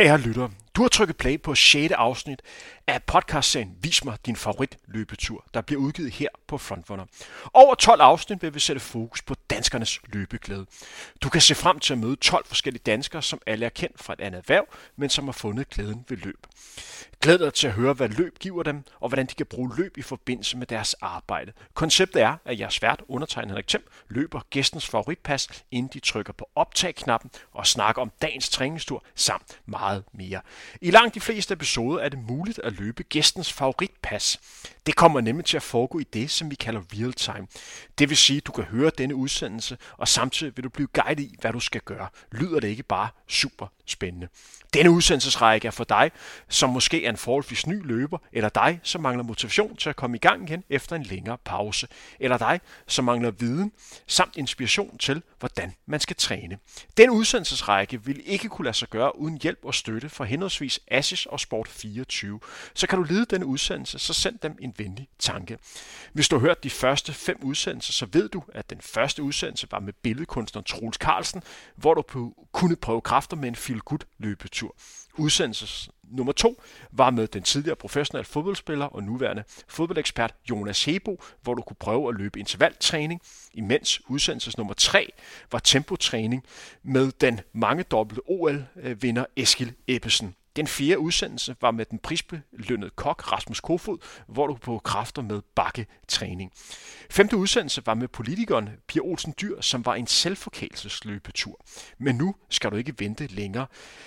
Kære lyttere, du har trykket play på 6. afsnit af podcastserien Vis mig din favoritløbetur, der bliver udgivet her på Frontrunner. Over 12 afsnit vil vi sætte fokus på danskernes løbeglæde. Du kan se frem til at møde 12 forskellige danskere, som alle er kendt fra et andet erhverv, men som har fundet glæden ved løb. Glæd dig til at høre, hvad løb giver dem, og hvordan de kan bruge løb i forbindelse med deres arbejde. Konceptet er, at jeres vært, undertegnet Henrik Thiem, løber gæstens favoritpas, inden de trykker på optag-knappen og snakker om dagens træningstur samt meget mere. I langt de fleste episoder er det muligt at løbe gæstens favoritpas. Det kommer nemlig til at foregå i det, som vi kalder real time. Det vil sige, at du kan høre denne udsendelse, og samtidig vil du blive guidet i, hvad du skal gøre. Lyder det ikke bare super spændende? Denne udsendelsesrække er for dig, som måske er en forholdsvis ny løber, eller dig, som mangler motivation til at komme i gang igen efter en længere pause, eller dig, som mangler viden samt inspiration til, hvordan man skal træne. Den udsendelsesrække vil ikke kunne lade sig gøre uden hjælp og støtte fra henholdsvis Asis og Sport24. Så kan du lide denne udsendelse, så send dem en venlig tanke. Hvis du har hørt de første 5 udsendelser, så ved du, at den første udsendelse var med billedkunstneren Troels Carlsen, hvor du kunne prøve kræfter med en feel-good løbetur. Udsendelse nummer 2 var med den tidligere professionelle fodboldspiller og nuværende fodboldekspert Jonas Hebo, hvor du kunne prøve at løbe intervaltræning, imens udsendelse nummer 3 var tempotræning med den mangedobbelte OL-vinder Eskil Ebbesen. Den 4. udsendelse var med den prisbelønnede kok Rasmus Kofod, hvor du på kræfter med bakketræning. 5. udsendelse var med politikeren Pia Olsen Dyhr, som var en selvforkælelsesløbetur. Men nu skal du ikke vente længere.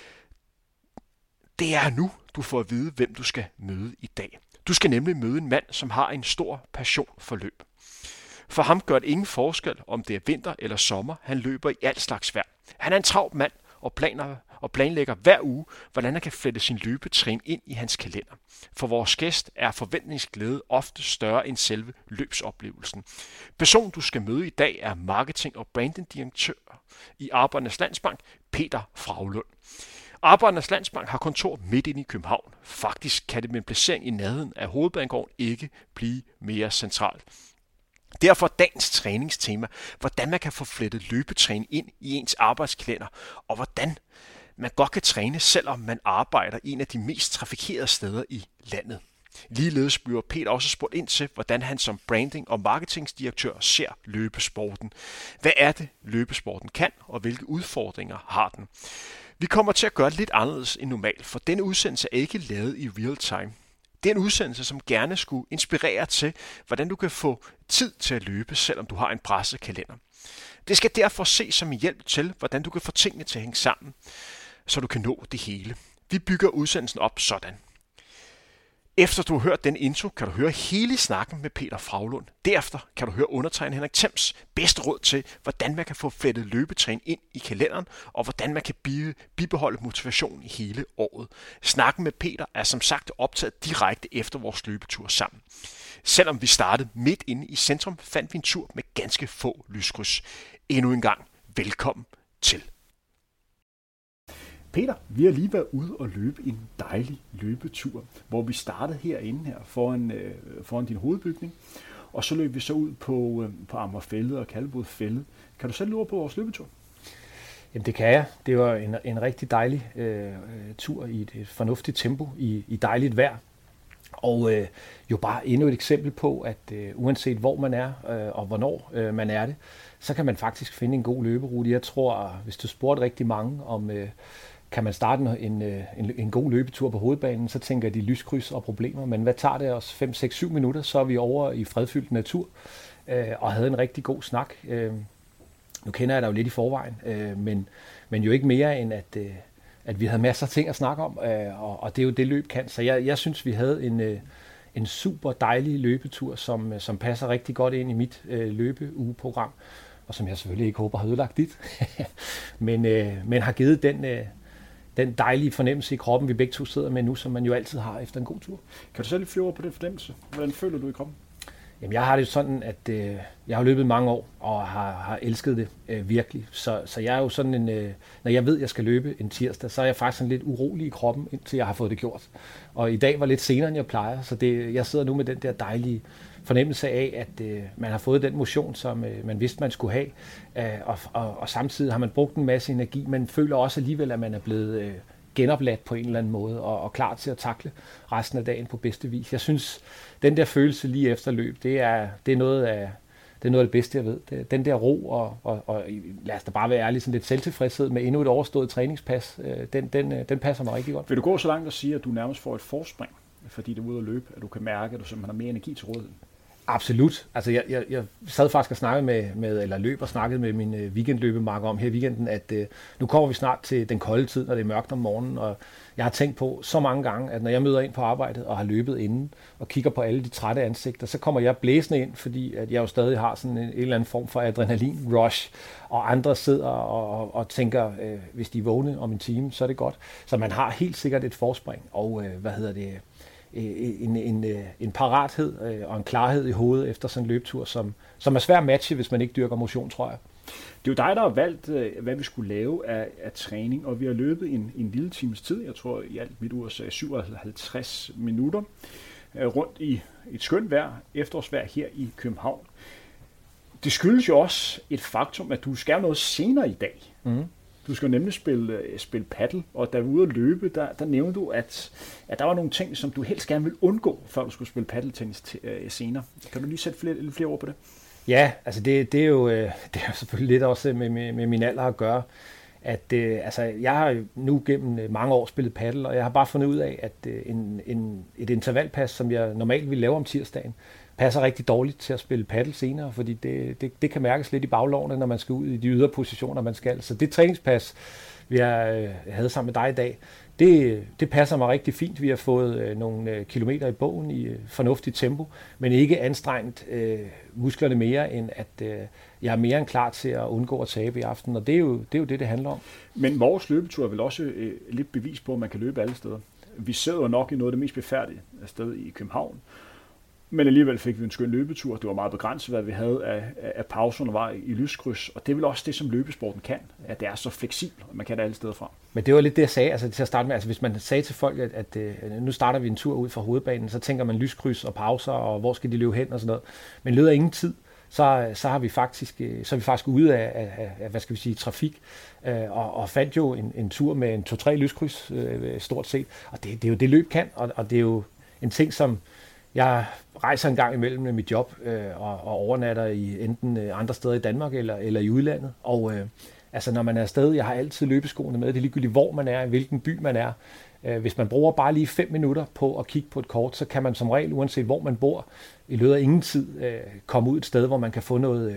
Det er nu, du får at vide, hvem du skal møde i dag. Du skal nemlig møde en mand, som har en stor passion for løb. For ham gør det ingen forskel, om det er vinter eller sommer. Han løber i alt slags vejr. Han er en travl mand og planlægger hver uge, hvordan han kan flette sin løbetræning ind i hans kalender. For vores gæst er forventningsglæde ofte større end selve løbsoplevelsen. Personen, du skal møde i dag, er marketing- og brandingdirektør i Arbejdernes Landsbank, Peter Fraulund. Arbejdernes Landsbank har kontor midt inde i København. Faktisk kan det med en placering i nærheden af Hovedbanegården ikke blive mere centralt. Derfor dagens træningstema, hvordan man kan få flettet løbetræning ind i ens arbejdskalender, og hvordan man godt kan træne, selvom man arbejder i en af de mest trafikerede steder i landet. Ligeledes bliver Peter også spurgt ind til, hvordan han som branding- og marketingdirektør ser løbesporten. Hvad er det, løbesporten kan, og hvilke udfordringer har den? Vi kommer til at gøre det lidt anderledes end normalt, for denne udsendelse er ikke lavet i real time. Det er en udsendelse, som gerne skulle inspirere til, hvordan du kan få tid til at løbe, selvom du har en presset kalender. Det skal derfor ses som en hjælp til, hvordan du kan få tingene til at hænge sammen, så du kan nå det hele. Vi bygger udsendelsen op sådan. Efter du har hørt den intro, kan du høre hele snakken med Peter Fraulund. Derefter kan du høre undertegnet Henrik Thiems bedste råd til, hvordan man kan få flettet løbetræning ind i kalenderen, og hvordan man kan bibeholde motivation i hele året. Snakken med Peter er som sagt optaget direkte efter vores løbetur sammen. Selvom vi startede midt inde i centrum, fandt vi en tur med ganske få lyskryds. Endnu en gang, velkommen til. Peter, vi har lige været ude og løbe en dejlig løbetur, hvor vi startede herinde her foran din hovedbygning, og så løb vi så ud på Amagerfælled og Kalvebodfælled. Kan du selv lure på vores løbetur? Jamen det kan jeg. Det var en rigtig dejlig tur i et fornuftigt tempo, i dejligt vejr. Og jo bare endnu et eksempel på, at uanset hvor man er og hvornår man er det, så kan man faktisk finde en god løberute. Jeg tror, hvis du spurgte rigtig mange om, kan man starte en god løbetur på hovedbanen, så tænker de lyskryds og problemer. Men hvad tager det os? 5, 6, 7 minutter, så er vi over i fredfyldt natur og havde en rigtig god snak. Nu kender jeg dig jo lidt i forvejen, men jo ikke mere end at vi havde masser af ting at snakke om, og det er jo det løb kan. Så jeg synes, vi havde en super dejlig løbetur, som passer rigtig godt ind i mit løbeugeprogram, og som jeg selvfølgelig ikke håber har ødelagt dit, men har givet den dejlige fornemmelse i kroppen, vi begge to sidder med nu, som man jo altid har efter en god tur. Kan du selv lige flyve over på den fornemmelse? Hvordan føler du i kroppen? Jamen, jeg har det sådan, at jeg har løbet mange år, og har elsket det virkelig. Så jeg er jo sådan når jeg ved, at jeg skal løbe en tirsdag, så er jeg faktisk sådan lidt urolig i kroppen, indtil jeg har fået det gjort. Og i dag var lidt senere, end jeg plejer, så jeg sidder nu med den der dejlige fornemmelse af, at man har fået den motion, som man vidste, man skulle have. Og samtidig har man brugt en masse energi. Man føler også alligevel, at man er blevet genopladt på en eller anden måde, og klar til at takle resten af dagen på bedste vis. Jeg synes, den der følelse lige efter løb, det er noget af det bedste, jeg ved. Den der ro, og lad os da bare være ærlige, sådan lidt selvtilfredshed med endnu et overstået træningspas, den passer mig rigtig godt. Vil du gå så langt og sige, at du nærmest får et forspring, fordi du er ude at løbe, at du kan mærke, at du simpelthen har mere energi til rådighed? Absolut. Altså jeg sad faktisk og snakkede snakkede med min weekendløbemarker om her i weekenden, at nu kommer vi snart til den kolde tid, når det er mørkt om morgenen, og jeg har tænkt på så mange gange, at når jeg møder ind på arbejdet og har løbet inden og kigger på alle de trætte ansigter, så kommer jeg blæsende ind, fordi at jeg jo stadig har sådan en eller anden form for adrenalin-rush, og andre sidder og tænker, hvis de er vågne om en time, så er det godt. Så man har helt sikkert et forspring, og en parathed og en klarhed i hovedet efter sådan en løbetur, som er svær at matche, hvis man ikke dyrker motion, tror jeg. Det er jo dig, der har valgt, hvad vi skulle lave af træning, og vi har løbet en lille times tid, jeg tror i alt mit urs 57 minutter, rundt i et skønt vejr, efterårsvejr her i København. Det skyldes jo også et faktum, at du skal noget senere i dag. Mm. Du skal nemlig spille paddle, og da vi var ude at løbe, der nævnte du, at der var nogle ting, som du helst gerne ville undgå, før du skulle spille paddeltennis senere. Kan du lige sætte lidt flere ord på det? Ja, altså det er jo selvfølgelig lidt også med min alder at gøre, at jeg har nu gennem mange år spillet paddle, og jeg har bare fundet ud af, at et intervalpas, som jeg normalt ville lave om tirsdagen, passer rigtig dårligt til at spille paddle senere, fordi det kan mærkes lidt i baglovene, når man skal ud i de ydre positioner, man skal. Så det træningspas, vi havde sammen med dig i dag, det passer mig rigtig fint. Vi har fået nogle kilometer i bogen i fornuftigt tempo, men ikke anstrengt musklerne mere, end at jeg er mere end klar til at undgå at tabe i aften, og det er jo det handler om. Men vores løbetur er vel også lidt bevis på, at man kan løbe alle steder. Vi sidder jo nok i noget af det mest befærdede sted i København, men alligevel fik vi en skøn løbetur. Det var meget begrænset, hvad vi havde af pauserne var i lyskryds, og det er vel også det, som løbesporten kan, at det er så fleksibelt, og man kan det alle steder fra. Men det var lidt det, jeg sagde til at starte med. Altså, hvis man sagde til folk, at nu starter vi en tur ud fra hovedbanen, så tænker man lyskryds og pauser, og hvor skal de løbe hen og sådan noget. Men lød af ingen tid, så er vi faktisk ude af hvad skal vi sige, trafik, og fandt jo en tur med en 2-3 lyskryds stort set. Og det er jo det løb kan, og det er jo en ting, som jeg rejser en gang imellem med mit job og overnatter i enten andre steder i Danmark eller i udlandet. Og når man er afsted, jeg har altid løbeskoene med, det er ligegyldigt hvor man er, i hvilken by man er. Hvis man bruger bare lige 5 minutter på at kigge på et kort, så kan man som regel, uanset hvor man bor, i løbet af ingen tid komme ud et sted, hvor man kan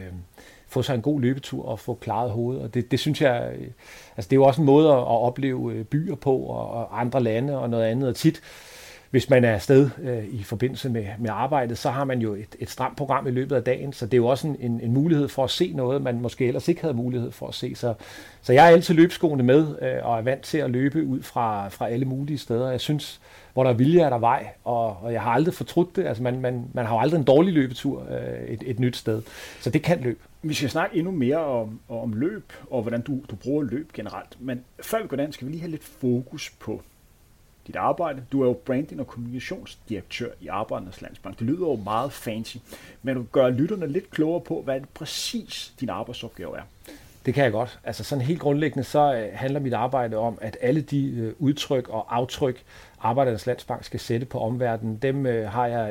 få sig en god løbetur og få klaret hovedet. Og det synes jeg, det er jo også en måde at opleve byer på og andre lande og noget andet. Og tit, hvis man er afsted i forbindelse med arbejdet, så har man jo et stramt program i løbet af dagen, så det er jo også en mulighed for at se noget, man måske ellers ikke havde mulighed for at se. Så jeg er altid løbeskoene med, og er vant til at løbe ud fra alle mulige steder. Jeg synes, hvor der er vilje, er der vej, og jeg har aldrig fortrudt det. Altså man har jo aldrig en dårlig løbetur et nyt sted, så det kan løbe. Vi skal snakke endnu mere om løb, og hvordan du bruger løb generelt. Men før vi går den, skal vi lige have lidt fokus på dit arbejde. Du er jo branding- og kommunikationsdirektør i Arbejdernes Landsbank. Det lyder jo meget fancy, men du gør lytterne lidt klogere på, hvad det præcis din arbejdsopgave er. Det kan jeg godt. Altså sådan helt grundlæggende, så handler mit arbejde om, at alle de udtryk og aftryk, Arbejdernes Landsbank skal sætte på omverdenen, dem har jeg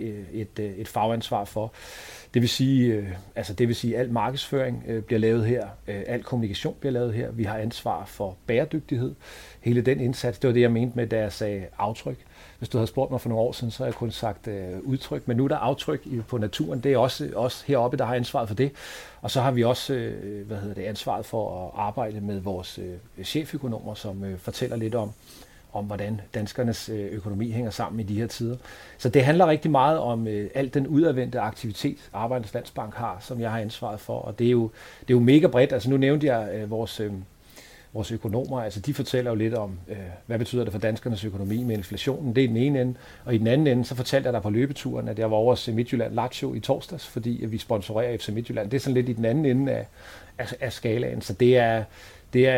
et fagansvar for. Det vil sige, al markedsføring bliver lavet her, al kommunikation bliver lavet her. Vi har ansvar for bæredygtighed. Hele den indsats, det var det, jeg mente med, da jeg sagde aftryk. Hvis du havde spurgt mig for nogle år siden, så har jeg kun sagt udtryk. Men nu er der aftryk på naturen. Det er også heroppe, der har ansvaret for det. Og så har vi også ansvaret for at arbejde med vores cheføkonomer, som fortæller lidt om hvordan danskernes økonomi hænger sammen i de her tider. Så det handler rigtig meget om alt den udadvendte aktivitet, Arbejdernes Landsbank har, som jeg har ansvaret for. Og det er jo mega bredt. Altså nu nævnte jeg vores økonomer, altså de fortæller jo lidt om, hvad betyder det for danskernes økonomi med inflationen. Det er den ene ende. Og i den anden ende, så fortalte jeg dig på løbeturen, at jeg var over til Midtjylland Lazio i torsdags, fordi vi sponsorerer FC Midtjylland. Det er sådan lidt i den anden ende af skalaen. Så det er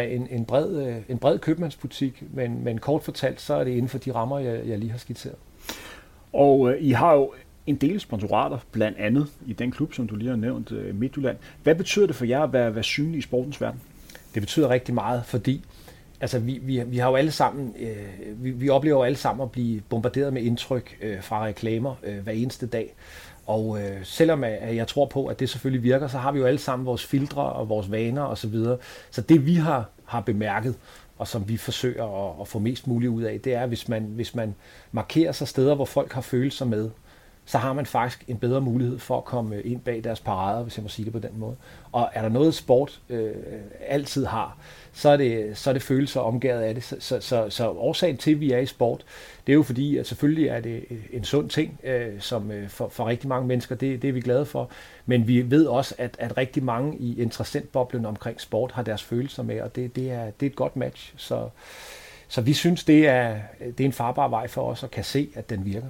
en bred købmandsbutik, men kort fortalt, så er det inden for de rammer, jeg lige har skitseret. Og I har jo en del sponsorater, blandt andet i den klub, som du lige har nævnt, Midtjylland. Hvad betyder det for jer at være synlig i sportens verden? Det betyder rigtig meget, fordi Altså, vi har jo alle sammen, vi oplever jo alle sammen at blive bombarderet med indtryk fra reklamer hver eneste dag. Og selvom jeg tror på, at det selvfølgelig virker, så har vi jo alle sammen vores filtre og vores vaner osv. Så det vi har bemærket, og som vi forsøger at få mest muligt ud af, det er, hvis man markerer sig steder, hvor folk har følelser med, så har man faktisk en bedre mulighed for at komme ind bag deres parader, hvis jeg må sige det på den måde. Og er der noget sport altid har, så er det følelser omgået af det. Så årsagen til, at vi er i sport, det er jo fordi, at selvfølgelig er det en sund ting, som for rigtig mange mennesker, det er vi glade for. Men vi ved også, at rigtig mange i interessentboblen omkring sport har deres følelser med, og det er et godt match. Så vi synes, det er en farbar vej for os at kan se, at den virker.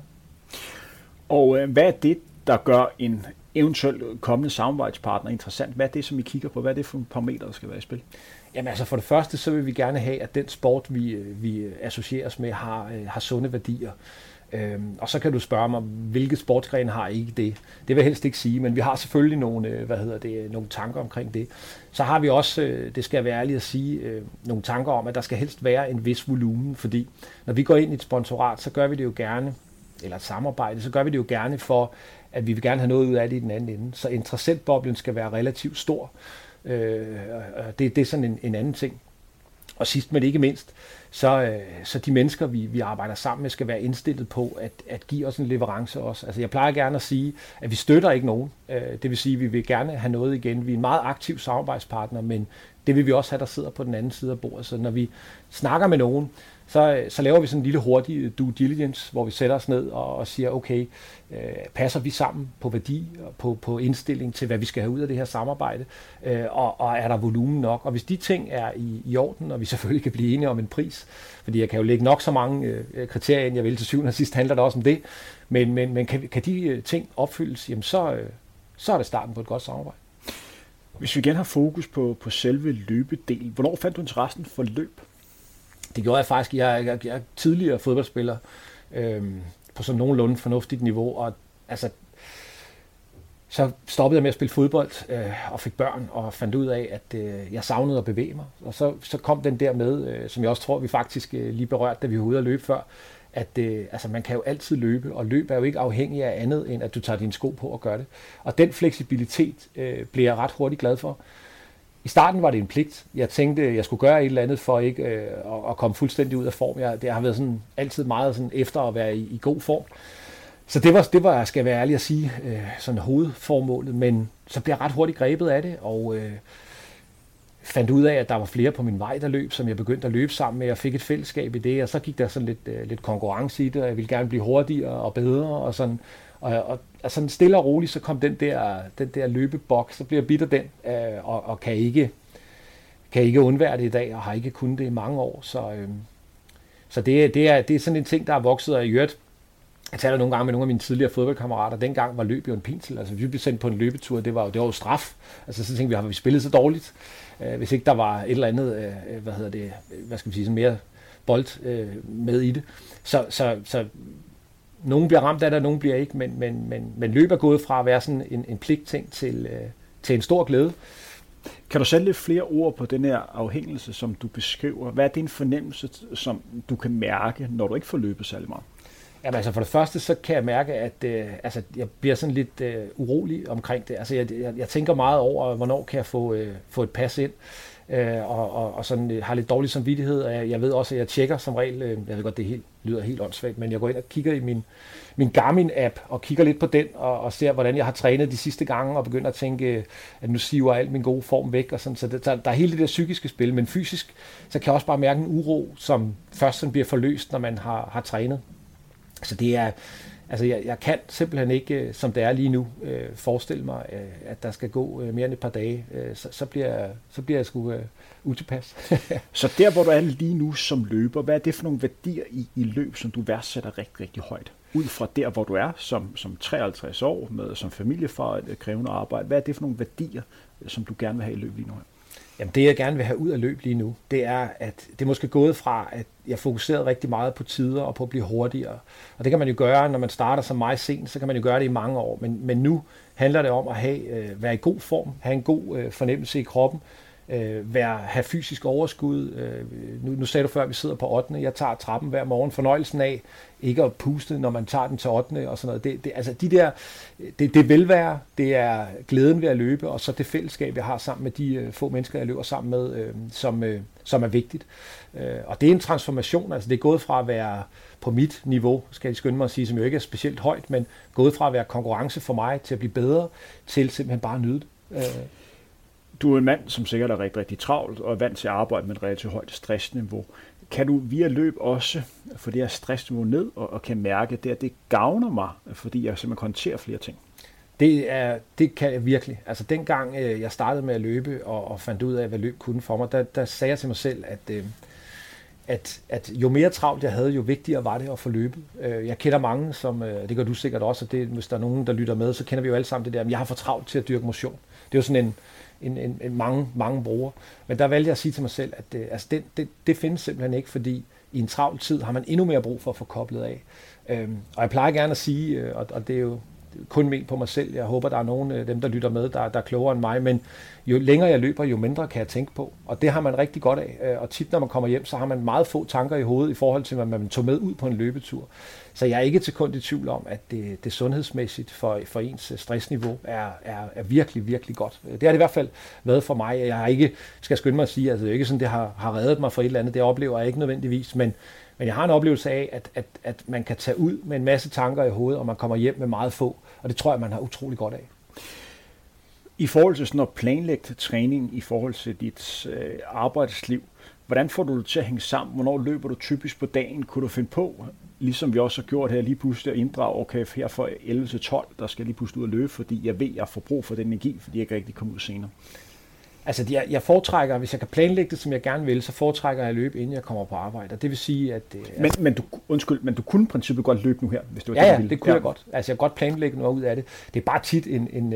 Og hvad er det, der gør en eventuelt kommende samarbejdspartner interessant? Hvad er det, som I kigger på? Hvad er det for parametre, der skal være i spil? Jamen altså for det første, så vil vi gerne have, at den sport, vi associeres med, har sunde værdier. Og så kan du spørge mig, hvilke sportsgrene har ikke det? Det vil jeg helst ikke sige, men vi har selvfølgelig nogle tanker omkring det. Så har vi også, det skal jeg være ærlig at sige, nogle tanker om, at der skal helst være en vis volumen, fordi når vi går ind i et sponsorat, så gør vi det jo gerne, eller et samarbejde, så gør vi det jo gerne for, at vi vil gerne have noget ud af det i den anden ende. Så interessentboblen skal være relativt stor. Det er sådan en anden ting. Og sidst men ikke mindst, så de mennesker, vi arbejder sammen med, skal være indstillet på at give os en leverance også. Altså jeg plejer gerne at sige, at vi støtter ikke nogen. Det vil sige, at vi vil gerne have noget igen. Vi er en meget aktiv samarbejdspartner, men det vil vi også have, der sidder på den anden side af bordet. Så når vi snakker med nogen, så laver vi sådan en lille hurtig due diligence, hvor vi sætter os ned og siger, okay, passer vi sammen på værdi og på indstilling til, hvad vi skal have ud af det her samarbejde, og er der volumen nok? Og hvis de ting er i orden, og vi selvfølgelig kan blive enige om en pris, fordi jeg kan jo lægge nok så mange kriterier ind, jeg vil til syvende og sidst handler det også om det, men kan de ting opfyldes, jamen så er det starten på et godt samarbejde. Hvis vi igen har fokus på selve løbedelen, hvornår fandt du interessen for løb? Det gjorde jeg faktisk. Jeg er tidligere fodboldspiller på sådan nogenlunde fornuftigt niveau, og altså, så stoppede jeg med at spille fodbold og fik børn, og fandt ud af, at jeg savnede at bevæge mig. Og så kom den der med, som jeg også tror, vi faktisk lige berørte, da vi var ude at løbe før, at altså, man kan jo altid løbe, og løb er jo ikke afhængig af andet, end at du tager dine sko på og gør det. Og den fleksibilitet blev jeg ret hurtigt glad for. I starten var det en pligt. Jeg tænkte, jeg skulle gøre et eller andet for ikke at komme fuldstændig ud af form. Det har været sådan, altid meget sådan, efter at være i god form. Så det var, skal jeg være ærlig at sige, sådan hovedformålet. Men så blev jeg ret hurtigt grebet af det, og fandt ud af, at der var flere på min vej, der løb, som jeg begyndte at løbe sammen med. Jeg fik et fællesskab i det, og så gik der sådan lidt konkurrence i det, og jeg ville gerne blive hurtigere og bedre, og sådan. Og sådan stille og roligt, så kom den der løbeboks, så bliver jeg bitter den, og kan ikke undvære det i dag, og har ikke kunnet det i mange år. Så det er sådan en ting, der er vokset, og i øvrigt, jeg taler nogle gange med nogle af mine tidligere fodboldkammerater, dengang var løb jo en pinsel, altså vi blev sendt på en løbetur, det var jo straf, altså så tænkte vi, har vi spillet så dårligt, hvis ikke der var et eller andet, mere bold med i det, så nogen bliver ramt af det, og nogen bliver ikke, men løb er gået fra at være sådan en pligtting til en stor glæde. Kan du sætte lidt flere ord på den her afhængelse, som du beskriver? Hvad er det en fornemmelse, som du kan mærke, når du ikke får løbet særlig meget? Jamen altså for det første, så kan jeg mærke, at jeg bliver sådan lidt urolig omkring det. Altså jeg tænker meget over, hvornår kan jeg få et pas ind, og sådan har lidt dårlig samvittighed. Jeg ved også, at jeg tjekker som regel, jeg ved godt, det lyder helt åndssvagt, men jeg går ind og kigger i min Garmin-app og kigger lidt på den og ser, hvordan jeg har trænet de sidste gange og begynder at tænke, at nu siver alt min gode form væk. Og sådan. Så der er hele det der psykiske spil, men fysisk, så kan jeg også bare mærke en uro, som først sådan bliver forløst, når man har trænet. Så det er, altså jeg kan simpelthen ikke, som det er lige nu, forestille mig, at der skal gå mere end et par dage. Så bliver jeg sgu utilpas. Så der, hvor du er lige nu som løber, hvad er det for nogle værdier i løb, som du værdsætter rigtig, rigtig højt? Ud fra der, hvor du er som 53 år, som familiefar, et krævende arbejde, hvad er det for nogle værdier, som du gerne vil have i løb lige nu? Jamen det, jeg gerne vil have ud af løb lige nu, det er, at det er måske gået fra, at jeg fokuserede rigtig meget på tider og på at blive hurtigere. Og det kan man jo gøre, når man starter som mig sent, så kan man jo gøre det i mange år. Men nu handler det om at være i god form, have en god fornemmelse i kroppen, have fysisk overskud. Nu sagde du før, at vi sidder på 8. Jeg tager trappen hver morgen. Fornøjelsen af ikke at puste, når man tager den til 8. og sådan noget. Det er velvære, det er glæden ved at løbe, og så det fællesskab, jeg har sammen med de få mennesker, jeg løber sammen med, som er vigtigt. Og det er en transformation. Altså det er gået fra at være på mit niveau, skal jeg skynde mig at sige, som jo ikke er specielt højt, men gået fra at være konkurrence for mig til at blive bedre, til simpelthen bare at nyde det. Du er en mand, som sikkert er rigtig, rigtig travlt og er vant til at arbejde med et relativt højt stressniveau. Kan du via løb også få det her stressniveau ned og kan mærke, at det gavner mig, fordi jeg simpelthen håndterer flere ting? Det kan jeg virkelig. Altså dengang jeg startede med at løbe og fandt ud af, hvad løb kunne for mig, der sagde jeg til mig selv, at jo mere travlt jeg havde, jo vigtigere var det at få løbet. Jeg kender mange, som det gør du sikkert også, og det, hvis der er nogen, der lytter med, så kender vi jo alle sammen det der, at jeg har for travlt til at dyrke motion. Det er jo sådan en mange bruger. Men der valgte jeg at sige til mig selv, at det findes simpelthen ikke, fordi i en travl tid har man endnu mere brug for at få koblet af. Og jeg plejer gerne at sige, og det er jo kun ment på mig selv, jeg håber, der er nogen af dem, der lytter med, der er klogere end mig, men jo længere jeg løber, jo mindre kan jeg tænke på. Og det har man rigtig godt af. Og tit, når man kommer hjem, så har man meget få tanker i hovedet i forhold til, hvad man tog med ud på en løbetur. Så jeg er ikke til kun i tvivl om, at det sundhedsmæssigt for ens stressniveau er virkelig, virkelig godt. Det har det i hvert fald været for mig. Jeg har ikke, skal skynde mig at sige, altså det er ikke sådan, det har reddet mig for et eller andet. Det oplever jeg ikke nødvendigvis, men jeg har en oplevelse af, at man kan tage ud med en masse tanker i hovedet, og man kommer hjem med meget få. Og det tror jeg, man har utrolig godt af. I forhold til sådan at planlægge træning i forhold til dit arbejdsliv, hvordan får du det til at hænge sammen? Hvornår løber du typisk på dagen? Kunne du finde på, ligesom vi også har gjort her, lige pludselig at inddrage, okay, her fra 11 til 12, der skal jeg lige pludselig ud og løbe, fordi jeg ved, at jeg får brug for den energi, fordi jeg ikke rigtig kommer ud senere? Altså, jeg foretrækker, hvis jeg kan planlægge det, som jeg gerne vil, så foretrækker jeg at løbe, inden jeg kommer på arbejde. Og det vil sige, at... Men du kunne i princippet godt løbe nu her, hvis det var det, du ville. Det kunne jeg godt. Altså, jeg kan godt planlægge noget ud af det. Det er bare tit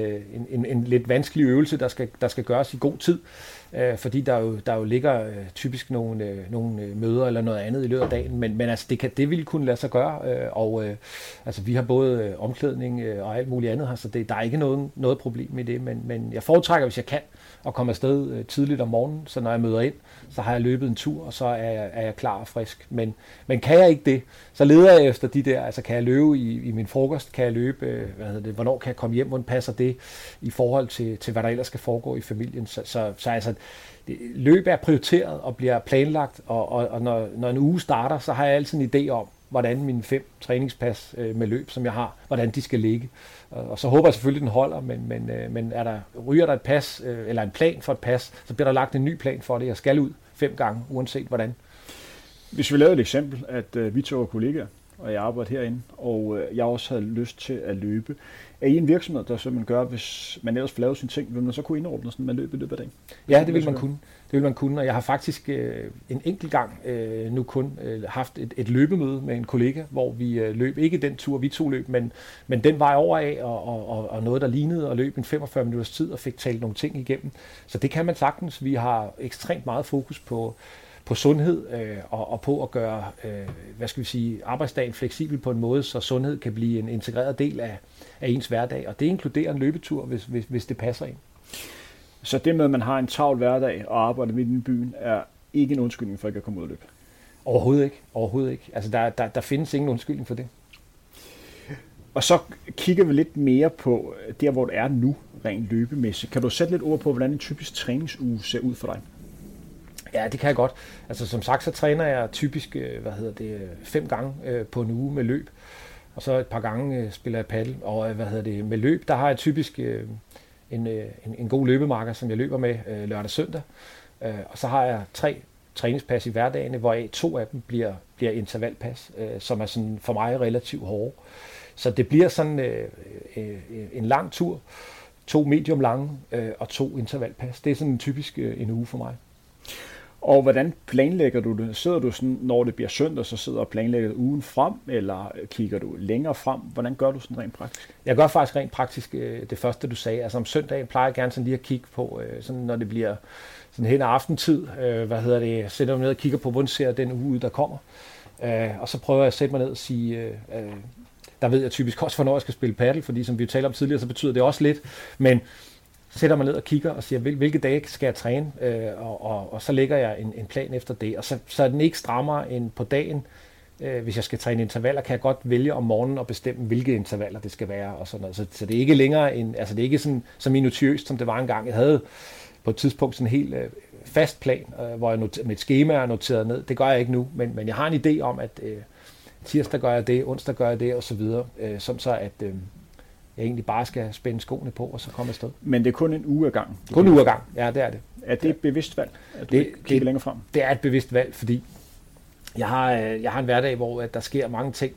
en lidt vanskelig øvelse, der skal gøres i god tid. Fordi der jo ligger typisk nogle møder eller noget andet i løbet af dagen. Men altså, det ville kunne lade sig gøre. Altså, vi har både omklædning og alt muligt andet her, så der er ikke noget problem i det. Men jeg foretrækker, hvis jeg kan, at komme afsted tidligt om morgenen, så når jeg møder ind, så har jeg løbet en tur, og så er jeg klar og frisk. Men kan jeg ikke det, så leder jeg efter de der, altså kan jeg løbe i min frokost, kan jeg løbe, hvornår kan jeg komme hjem, hvordan passer det i forhold til hvad der ellers skal foregå i familien. Så altså, løb er prioriteret og bliver planlagt, og når en uge starter, så har jeg altid en idé om, hvordan mine 5 træningspas med løb, som jeg har, hvordan de skal ligge. Og så håber jeg selvfølgelig, den holder, men ryger der et pas, eller en plan for et pas, så bliver der lagt en ny plan for det. Jeg skal ud 5 gange, uanset hvordan. Hvis vi lavede et eksempel, at vi to er kollegaer, og jeg arbejder herinde, og jeg også havde lyst til at løbe. Er I en virksomhed, der så man gør, hvis man ellers får lavet sine ting, vil man så kunne indordne sådan, man løber i løbet af dagen? Ja, det vil man kunne. Det vil man kunne, og jeg har faktisk en enkelt gang nu kun haft et løbemøde med en kollega, hvor vi løb ikke den tur, vi to løb, men den vej over af, og noget, der lignede, og løb en 45 minutters tid, og fik talt nogle ting igennem. Så det kan man sagtens. Vi har ekstremt meget fokus på sundhed og på at gøre arbejdsdagen fleksibel på en måde, så sundhed kan blive en integreret del af ens hverdag. Og det inkluderer en løbetur, hvis det passer ind. Så det med, at man har en travl hverdag og arbejder midt i byen, er ikke en undskyldning for ikke at komme ud og løbe? Overhovedet ikke. Altså der findes ingen undskyldning for det. Og så kigger vi lidt mere på der, hvor det er nu, rent løbemæssigt. Kan du sætte lidt ord på, hvordan en typisk træningsuge ser ud for dig? Ja, det kan jeg godt. Altså som sagt, så træner jeg typisk 5 gange på en uge med løb. Og så et par gange spiller jeg paddle. Og med løb, der har jeg typisk en god løbemarker, som jeg løber med lørdag og søndag. Og så har jeg 3 træningspas i hverdagen, hvoraf 2 af dem bliver intervalpas, som er sådan for mig relativt hårde. Så det bliver sådan en lang tur, 2 medium lange og 2 intervalpas. Det er sådan typisk en uge for mig. Og hvordan planlægger du det? Sidder du sådan, når det bliver søndag, så sidder og planlægger ugen frem, eller kigger du længere frem? Hvordan gør du sådan rent praktisk? Jeg gør faktisk rent praktisk det første, du sagde. Altså om søndagen plejer jeg gerne sådan lige at kigge på, sådan når det bliver sådan hen ad aftentid, sætter mig ned og kigger på, hvordan ser den uge ud, der kommer. Og så prøver jeg at sætte mig ned og sige, der ved jeg typisk også, hvornår jeg skal spille paddle, fordi som vi jo talte om tidligere, så betyder det også lidt. Men sætter mig ned og kigger og siger, hvilke dage skal jeg træne, og så lægger jeg en plan efter det. Og så er den ikke strammere end på dagen. Hvis jeg skal træne intervaller, kan jeg godt vælge om morgenen og bestemme, hvilke intervaller det skal være. Og sådan noget. Så det er ikke længere altså det er ikke sådan, så minutiøst, som det var engang. Jeg havde på et tidspunkt sådan en helt fast plan, hvor jeg med et skema er noteret ned. Det gør jeg ikke nu, men jeg har en idé om, at tirsdag gør jeg det, onsdag gør jeg det, og så videre. Sådan så, at jeg egentlig bare skal spænde skoene på, og så komme afsted. Men det er kun en uge ad gangen? Kun en uge ad gangen, ja, det er det. Er det et bevidst valg, at du kigger længere frem? Det er et bevidst valg, fordi jeg har en hverdag, hvor der sker mange ting,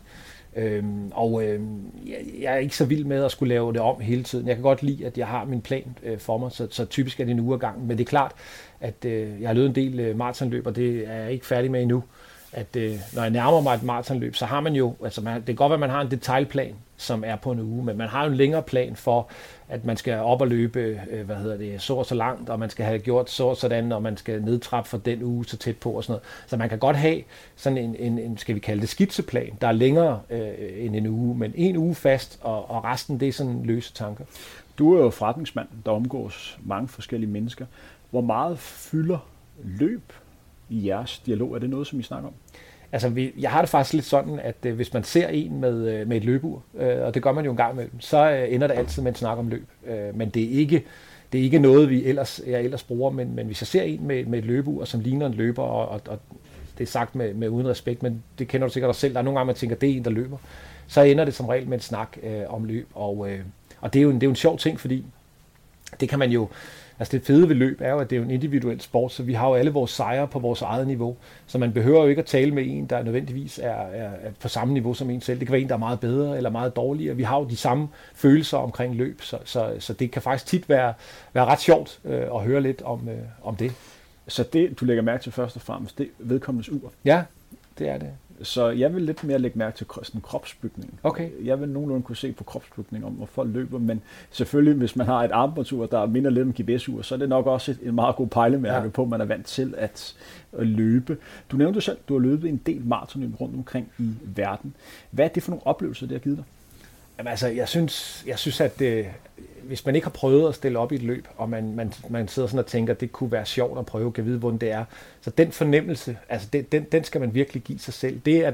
jeg er ikke så vild med at skulle lave det om hele tiden. Jeg kan godt lide, at jeg har min plan for mig, så typisk er det en uge ad gangen. Men det er klart, at jeg har løbet en del maratonløb, og det er jeg ikke færdig med endnu. At når jeg nærmer mig et maratonløb, så har man jo, altså det kan godt være, at man har en detailplan, som er på en uge, men man har jo en længere plan for, at man skal op og løbe, så og så langt, og man skal have gjort så og sådan, og man skal nedtrappe for den uge så tæt på og sådan noget. Så man kan godt have sådan en skal vi kalde det skitseplan, der er længere end en uge, men en uge fast, og resten det er sådan løse tanker. Du er jo forretningsmand, der omgås mange forskellige mennesker. Hvor meget fylder løb i jeres dialog? Er det noget, som I snakker om? Altså, jeg har det faktisk lidt sådan, at hvis man ser en med et løbeur, og det gør man jo en gang imellem, så ender det altid med en snak om løb. Men det er ikke noget, jeg ellers bruger, men hvis jeg ser en med et løbeur, som ligner en løber, og det er sagt med uden respekt, men det kender du sikkert også selv, der er nogle gange, man tænker, det er en, der løber, så ender det som regel med en snak om løb. Og det er jo en sjov ting, fordi det kan man jo. Altså det fede ved løb er jo, at det er jo en individuel sport, så vi har jo alle vores sejre på vores eget niveau. Så man behøver jo ikke at tale med en, der nødvendigvis er på samme niveau som en selv. Det kan være en, der er meget bedre eller meget dårligere. Vi har jo de samme følelser omkring løb, så det kan faktisk tit være ret sjovt at høre lidt om det. Så det, du lægger mærke til først og fremmest, det er vedkommendes ur? Ja, det er det. Så jeg vil lidt mere lægge mærke til sådan kropsbygningen. Okay. Jeg vil nogenlunde kunne se på kropsbygningen om, hvor folk løber, men selvfølgelig, hvis man har et armbåndsur, der minder lidt om GPS-ur, så er det nok også et meget god pejlemærke på, at man er vant til at løbe. Du nævnte selv, at du har løbet en del maratonløb rundt omkring i verden. Hvad er det for nogle oplevelser, det har givet dig? Jamen, altså, jeg synes at hvis man ikke har prøvet at stille op i et løb, og man sidder sådan og tænker, at det kunne være sjovt at prøve, kan vide, hvordan det er. Så den fornemmelse, altså den skal man virkelig give sig selv. Det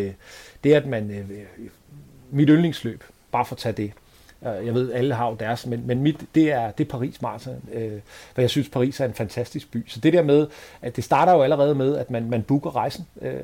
at man mit yndlingsløb, bare for at tage det. Jeg ved, alle har jo deres, men mit, det er Paris Marathon, for jeg synes, Paris er en fantastisk by. Så det der med, at det starter jo allerede med, at man booker rejsen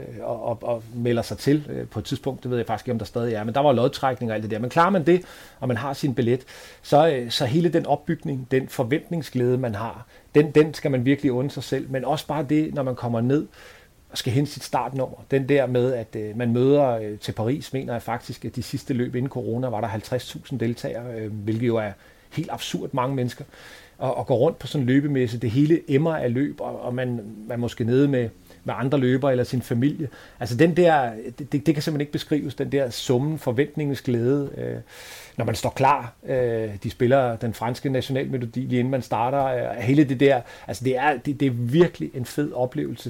og melder sig til på et tidspunkt, det ved jeg faktisk ikke, om der stadig er, men der var lodtrækning og alt det der. Men klarer man det, og man har sin billet, så hele den opbygning, den forventningsglæde, man har, den skal man virkelig unde sig selv, men også bare det, når man kommer ned, og skal hente sit startnummer. Den der med, at man møder til Paris, mener jeg faktisk, at de sidste løb inden corona var der 50.000 deltagere, hvilket jo er helt absurd mange mennesker. Og gå rundt på sådan en løbemesse, det hele emmer af løb, og man måske nede med andre løbere eller sin familie. Altså den der, det kan simpelthen ikke beskrives, den der summen, forventningens glæde, når man står klar. De spiller den franske nationalmelodi lige inden man starter. Hele det der, altså det er virkelig en fed oplevelse,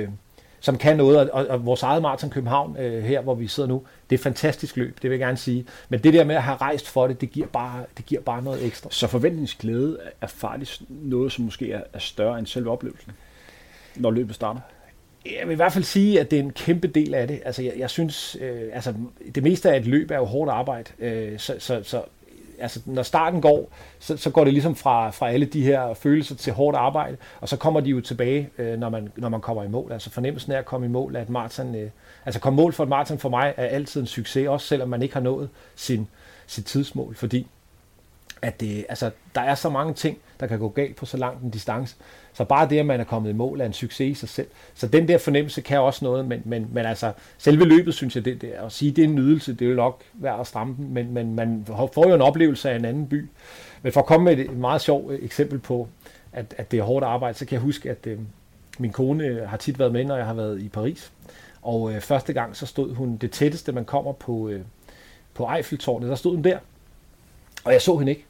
som kan noget, og vores eget Maraton København her, hvor vi sidder nu, det er et fantastisk løb, det vil jeg gerne sige. Men det der med at have rejst for det giver bare noget ekstra. Så forventningsglæde er faktisk noget, som måske er større end selve oplevelsen, når løbet starter? Jeg vil i hvert fald sige, at det er en kæmpe del af det. Altså jeg synes, altså det meste af et løb er jo hårdt arbejde, så altså, når starten går, så går det ligesom fra alle de her følelser til hårdt arbejde, og så kommer de jo tilbage, når man kommer i mål. Altså fornemmelsen af at komme i mål af et maraton, altså komme mål for et maraton for mig er altid en succes, også selvom man ikke har nået sit tidsmål, fordi at der er så mange ting, der kan gå galt på så lang en distance. Så bare det, at man er kommet i mål, er en succes i sig selv. Så den der fornemmelse kan også noget, men altså, selve løbet, synes jeg, det at sige, det er en nydelse, det er jo nok værd at stramme den, men man får jo en oplevelse af en anden by. Men for at komme med et meget sjovt eksempel på, at det er hårdt arbejde, så kan jeg huske, at min kone har tit været med, når jeg har været i Paris. Og første gang, så stod hun det tætteste, man kommer på Eiffeltårnet, der stod hun der. Og jeg så hende ikke.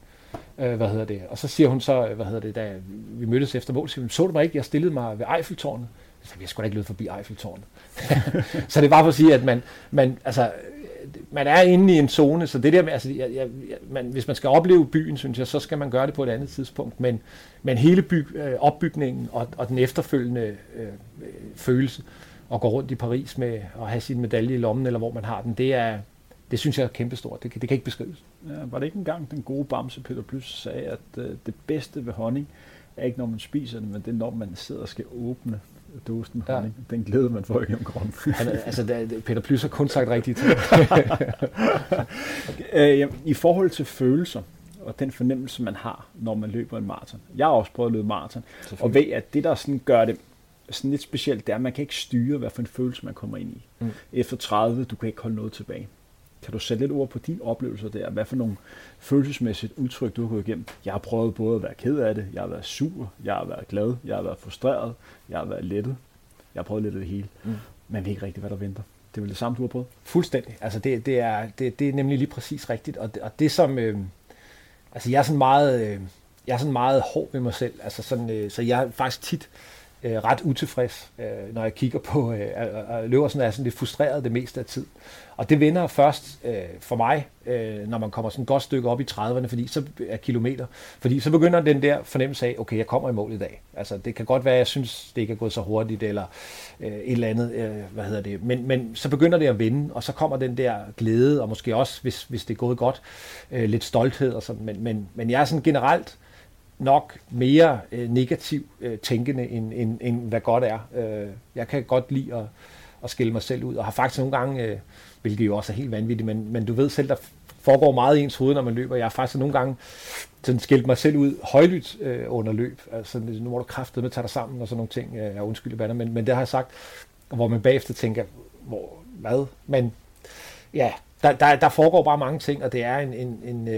Og så siger hun så, da vi mødtes efter mål, siger hun, så du mig ikke, jeg stillede mig ved Eiffeltårnet. Så jeg skulle da ikke løbe forbi Eiffeltårnet. Så det var for at sige, at man altså, man er inde i en zone, så det der med, altså, hvis man skal opleve byen, synes jeg, så skal man gøre det på et andet tidspunkt, men hele opbygningen og den efterfølgende følelse, at gå rundt i Paris med at have sin medalje i lommen, eller hvor man har den, det synes jeg er kæmpestort. Det kan ikke beskrives. Ja, var det ikke engang den gode bamse Peter Plys sagde, at det bedste ved honning er ikke, når man spiser det, men det er, når man sidder og skal åbne dåsen med honning. Den glæder man får igennem kroppen. Peter Plys har kun sagt rigtige ting. I forhold til følelser, og den fornemmelse, man har, når man løber en maraton. Jeg har også prøvet at løbe maraton, og ved, at det, der sådan gør det sådan lidt specielt, det er, at man kan ikke styre, hvad for en følelse, man kommer ind i. Efter 30, du kan ikke holde noget tilbage. Kan du sætte lidt ord på dine oplevelser der? Hvad for nogle følelsesmæssigt udtryk, du har gået igennem? Jeg har prøvet både at være ked af det, jeg har været sur, jeg har været glad, jeg har været frustreret, jeg har været lettet. Jeg har prøvet lidt af det hele. Man ved ikke rigtigt, hvad der venter. Det er vel det samme, du har prøvet? Fuldstændig. Altså det er nemlig lige præcis rigtigt. Og det som... altså jeg er sådan meget hård ved mig selv. Altså sådan, så jeg er faktisk tit ret utilfreds, når jeg kigger på løber sådan, er sådan lidt frustreret det meste af tid. Og det vender først for mig, når man kommer sådan et godt stykke op i 30'erne, fordi så er kilometer. Fordi så begynder den der fornemmelse af, okay, jeg kommer i mål i dag. Altså det kan godt være, jeg synes, det ikke er gået så hurtigt, eller et eller andet, Men så begynder det at vende, og så kommer den der glæde, og måske også, hvis det er gået godt, lidt stolthed og sådan. Men jeg er sådan generelt nok mere negativ tænkende, end hvad godt er. Jeg kan godt lide at skille mig selv ud, og har faktisk nogle gange, hvilket jo også er helt vanvittigt, men du ved selv, der foregår meget i ens hoved, når man løber. Jeg har faktisk nogle gange sådan skilt mig selv ud højlydt under løb. Altså, nu må du kraftedeme tage dig sammen, og sådan nogle ting. Jeg undskyld i bander, men det har jeg sagt, hvor man bagefter tænker, hvad? Men ja, der foregår bare mange ting, og det er en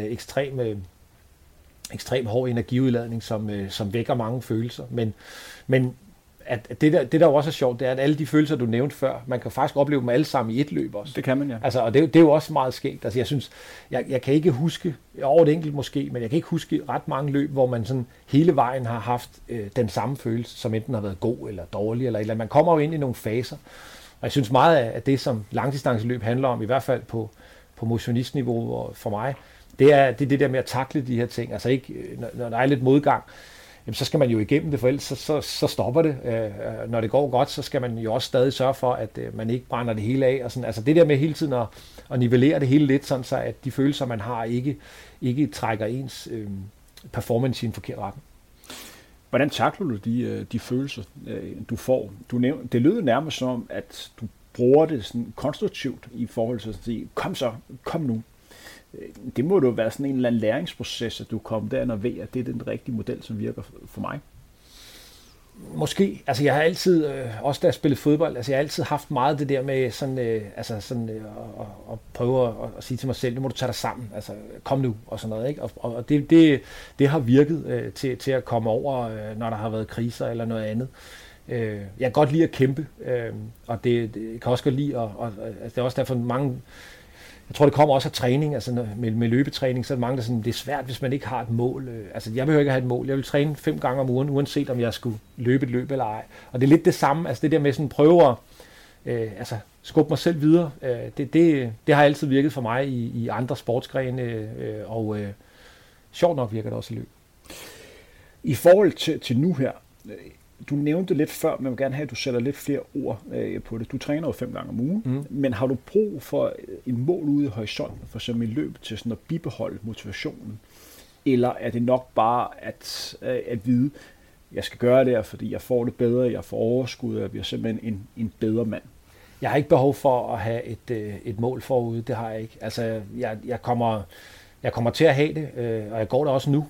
ekstrem hård energiudladning, som vækker mange følelser. Men at det der også er sjovt, det er, at alle de følelser, du nævnte før, man kan faktisk opleve dem alle sammen i et løb også. Det kan man, ja. Altså, og det er jo også meget skægt. Altså, jeg synes, jeg kan ikke huske, over et enkelt måske, men jeg kan ikke huske ret mange løb, hvor man sådan hele vejen har haft den samme følelse, som enten har været god eller dårlig, eller et eller andet. Man kommer jo ind i nogle faser. Og jeg synes meget af det, som langdistanceløb handler om, i hvert fald på motionistniveau for mig, det er det der med at takle de her ting. Altså ikke, når der er lidt modgang, jamen, så skal man jo igennem det, for ellers så stopper det. Når det går godt, så skal man jo også stadig sørge for, at man ikke brænder det hele af. Og sådan. Altså det der med hele tiden at nivellere det hele lidt, sådan så at de følelser, man har, ikke trækker ens performance i en forkert retning. Hvordan takler du de følelser, du får? Du nævnte, det lyder nærmest som, at du bruger det sådan konstruktivt i forhold til at sige, kom nu. Det må jo være sådan en eller anden læringsproces, at du kommer derind og ved, at det er den rigtige model, som virker for mig. Måske. Altså jeg har altid, også da jeg spillede fodbold, altså jeg har altid haft meget det der med sådan, at prøve at sige til mig selv, nu må du tage dig sammen, altså kom nu, og sådan noget, ikke? Og det har virket til at komme over, når der har været kriser eller noget andet. Jeg kan godt lide at kæmpe, og det kan også godt lide, og det er også derfor mange. Jeg tror, det kommer også af træning, altså med løbetræning, så er det mange, der sådan, det er svært, hvis man ikke har et mål. Altså, jeg behøver ikke have et mål. Jeg vil træne 5 gange om ugen, uanset om jeg skulle løbe et løb eller ej. Og det er lidt det samme, altså det der med sådan prøve at skubbe mig selv videre. Det har altid virket for mig i andre sportsgrene, og sjovt nok virker det også i løb. I forhold til nu her, du nævnte lidt før, men jeg vil gerne have, at du sætter lidt flere ord på det. Du træner jo 5 gange om ugen, men har du brug for en mål ude i horisonten, for eksempel i løb, til sådan at bibeholde motivationen? Eller er det nok bare at vide, jeg skal gøre det her, fordi jeg får det bedre, jeg får overskud, og jeg bliver simpelthen en bedre mand? Jeg har ikke behov for at have et mål forude, det har jeg ikke. Altså, jeg kommer til at have det, og jeg går der også nu,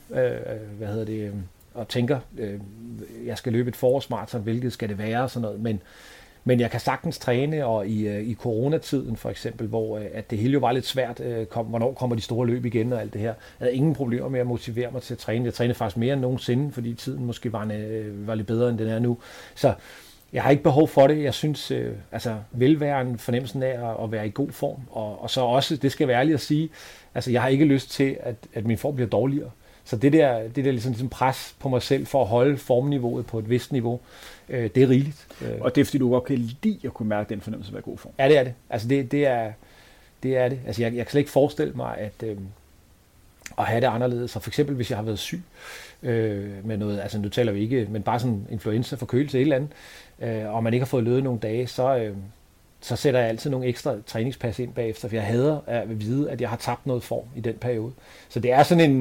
og tænker, jeg skal løbe et forårsmaraton, hvilket skal det være og sådan noget, men jeg kan sagtens træne, og i coronatiden for eksempel, hvor at det hele jo var lidt svært, hvornår kommer de store løb igen og alt det her. Jeg havde ingen problemer med at motivere mig til at træne. Jeg trænede faktisk mere end nogensinde, fordi tiden måske var lidt bedre, end den er nu. Så jeg har ikke behov for det. Jeg synes, velværen, fornemmelsen af at være i god form, og så også, det skal være ærligt at sige, altså jeg har ikke lyst til, at min form bliver dårligere. Så det der ligesom pres på mig selv for at holde formniveauet på et vist niveau, det er rigeligt. Og det er fordi, du godt kan lide at kunne mærke den fornemmelse af at være i god form? Ja, det er det. Altså det Det er det. Altså jeg kan slet ikke forestille mig, at have det anderledes. Så for eksempel, hvis jeg har været syg med noget, altså nu taler vi ikke, men bare sådan influenza, forkølelse, et eller andet, og man ikke har fået løbet nogle dage, så sætter jeg altid nogle ekstra træningspas ind bagefter, for jeg hader at vide, at jeg har tabt noget form i den periode. Så det er sådan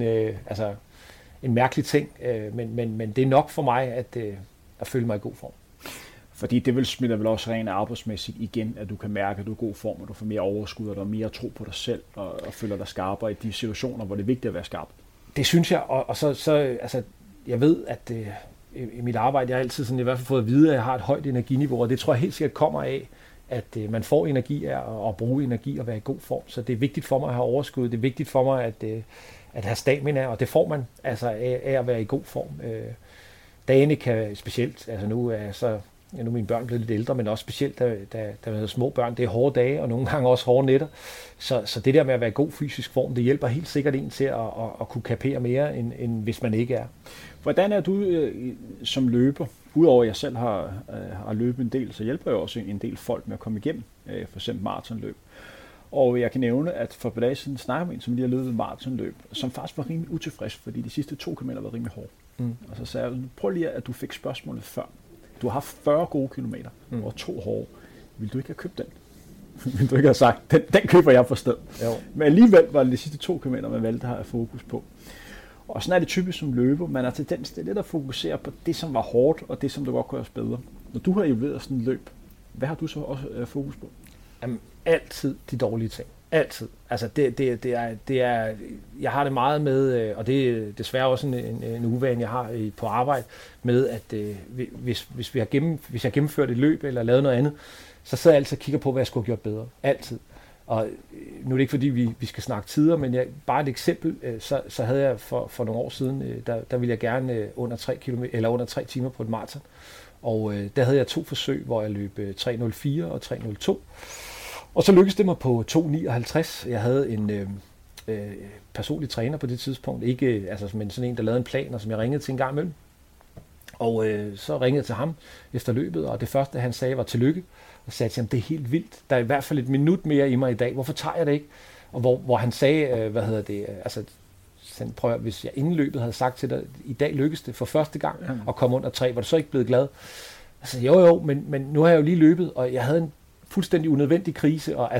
en mærkelig ting, men det er nok for mig at føle mig i god form. Fordi det smitter vel også rent arbejdsmæssigt igen, at du kan mærke, at du er i god form, og du får mere overskud, og du har mere tro på dig selv, og føler dig skarpere i de situationer, hvor det er vigtigt at være skarp. Det synes jeg, og så altså, jeg ved, at i mit arbejde, jeg har altid sådan, i hvert fald fået at vide, at jeg har et højt energiniveau, og det tror jeg helt sikkert kommer af, at man får energi af at bruge energi og være i god form. Så det er vigtigt for mig at have overskud, det er vigtigt for mig at have stamina, og det får man altså af at være i god form. Dagene kan specielt, altså nu er mine børn blevet lidt ældre, men også specielt, da man havde små børn, det er hårde dage, og nogle gange også hårde nætter. Så det der med at være i god fysisk form, det hjælper helt sikkert en til at kunne kapere mere, end hvis man ikke er. Hvordan er du som løber? Udover at jeg selv har løbet en del, så hjælper jeg også en del folk med at komme igennem, for eksempel maratonløb. Og jeg kan nævne, at for et par dage siden snakker med en, som lige har løbet et maratonløb, som faktisk var rimelig utilfreds, fordi de sidste 2 kilometer var rimelig hårde. Og så sagde jeg, prøv lige at du fik spørgsmålet før. Du har haft 40 gode kilometer og 2 hårde. Vil du ikke have købt den? Vil du ikke have sagt, den køber jeg på sted? Jo. Men alligevel var det de sidste 2 kilometer, man valgte at have fokus på. Og sådan er det typisk som løber. Man har tendens til lidt at fokusere på det, som var hårdt, og det, som der godt kunne gøres bedre. Når du har evalueret sådan et løb, hvad har du så også fokus på? Jamen, altid de dårlige ting. Altid. Altså det er, jeg har det meget med, og det er desværre også en uvane, jeg har på arbejde, med at hvis jeg har gennemført et løb eller lavet noget andet, så sidder jeg altid og kigger på, hvad jeg skulle have gjort bedre. Altid. Og nu er det ikke fordi, vi skal snakke tider, men bare et eksempel, så havde jeg for nogle år siden, der ville jeg gerne under 3 timer på et maraton. Og der havde jeg 2 forsøg, hvor jeg løb 3:04 og 3:02. Og så lykkedes det mig på 2:59. Jeg havde en personlig træner på det tidspunkt, men sådan en, der lavede en plan, og som jeg ringede til en gang imellem. Og så ringede jeg til ham efter løbet, og det første, han sagde, var tillykke. Og sagde til ham, det er helt vildt. Der er i hvert fald et minut mere i mig i dag. Hvorfor tager jeg det ikke? Og hvor han sagde, hvis jeg inden løbet havde sagt til dig, i dag lykkes det for første gang at komme under 3, var du så ikke blevet glad? Altså, jo, men nu har jeg jo lige løbet, og jeg havde en fuldstændig unødvendig krise, og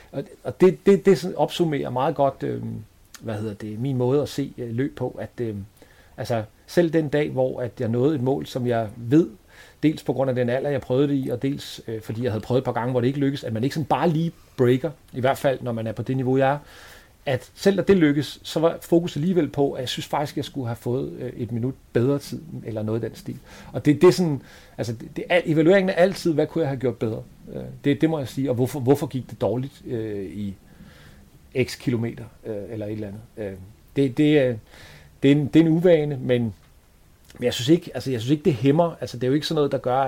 det sådan opsummerer meget godt, min måde at se løb på, at selv den dag, hvor at jeg nåede et mål, som jeg ved, dels på grund af den alder, jeg prøvede det i, og dels fordi jeg havde prøvet et par gange, hvor det ikke lykkedes, at man ikke sådan bare lige breaker, i hvert fald når man er på det niveau, jeg er, at selv da det lykkes, så var fokus alligevel på, at jeg synes faktisk, at jeg skulle have fået et minut bedre tid, eller noget i den stil. Og det er sådan, altså evalueringen er altid, hvad kunne jeg have gjort bedre? Det må jeg sige, og hvorfor gik det dårligt i x kilometer, eller et eller andet. Det er en uvane, men jeg synes ikke, det hæmmer. Altså, det er jo ikke sådan noget, der gør,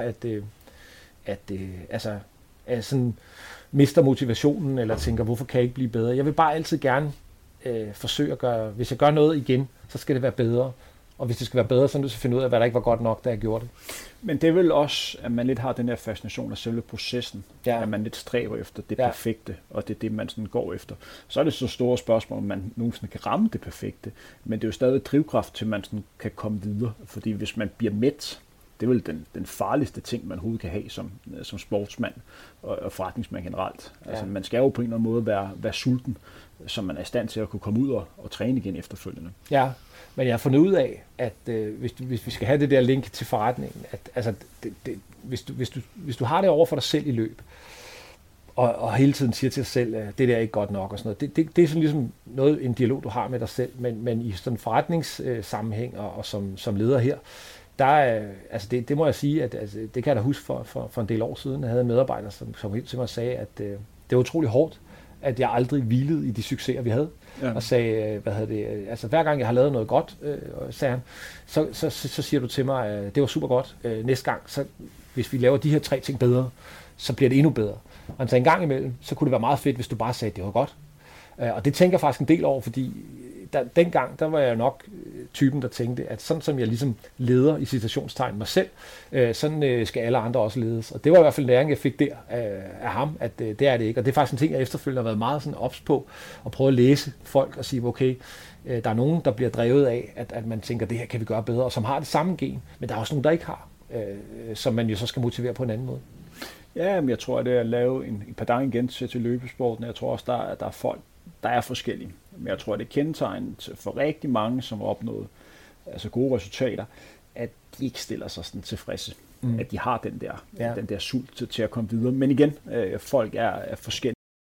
at jeg sådan mister motivationen, eller tænker, hvorfor kan jeg ikke blive bedre? Jeg vil bare altid gerne forsøge at gøre, hvis jeg gør noget igen, så skal det være bedre. Og hvis det skal være bedre, så er jeg nødt til at finde ud af, hvad der ikke var godt nok, da jeg gjorde det. Men det er vel også, at man lidt har den her fascination af selve processen, at man lidt stræber efter det perfekte, og det er det, man sådan går efter. Så er det så store spørgsmål, om man nogensinde kan ramme det perfekte, men det er jo stadig drivkraft til, at man sådan kan komme videre, fordi hvis man bliver mæt, det er vel den farligste ting, man overhovedet kan have som sportsmand og forretningsmand generelt. Altså, man skal jo på en eller anden måde være sulten, så man er i stand til at kunne komme ud og træne igen efterfølgende. Ja, men jeg har fundet ud af, at hvis vi skal have det der link til forretningen, at altså, hvis du har det over for dig selv i løb, og hele tiden siger til dig selv, at det der er ikke godt nok og sådan noget, det er sådan ligesom en dialog, du har med dig selv, men i sådan en forretningssammenhæng og som leder her, det må jeg sige, at det kan jeg da huske for en del år siden. Jeg havde en medarbejder, som helt til mig sagde, at det var utrolig hårdt, at jeg aldrig hvilede i de succeser, vi havde. Ja. Og sagde, hver gang jeg har lavet noget godt, sagde han, så siger du til mig, at det var super godt. Næste gang, så hvis vi laver de her 3 ting bedre, så bliver det endnu bedre. Og han sagde, en gang imellem, så kunne det være meget fedt, hvis du bare sagde, at det var godt. Og det tænker jeg faktisk en del over, fordi dengang, der var jeg nok typen, der tænkte, at sådan som jeg ligesom leder i citationstegn mig selv, sådan skal alle andre også ledes. Og det var i hvert fald læring, jeg fik der af ham, at det er det ikke. Og det er faktisk en ting, jeg efterfølgende har været meget sådan ops på, og prøve at læse folk og sige, okay, der er nogen, der bliver drevet af, at man tænker, det her kan vi gøre bedre, og som har det samme gen, men der er også nogen, der ikke har, som man jo så skal motivere på en anden måde. Ja, men jeg tror, at det er at lave en pardon igen til løbesporten. Jeg tror også, der er folk, der er forskellige. Men jeg tror, det er kendetegnet for rigtig mange, som har opnået altså gode resultater, at de ikke stiller sig sådan tilfredse. At de har den der sult til at komme videre. Men igen, folk er forskellige.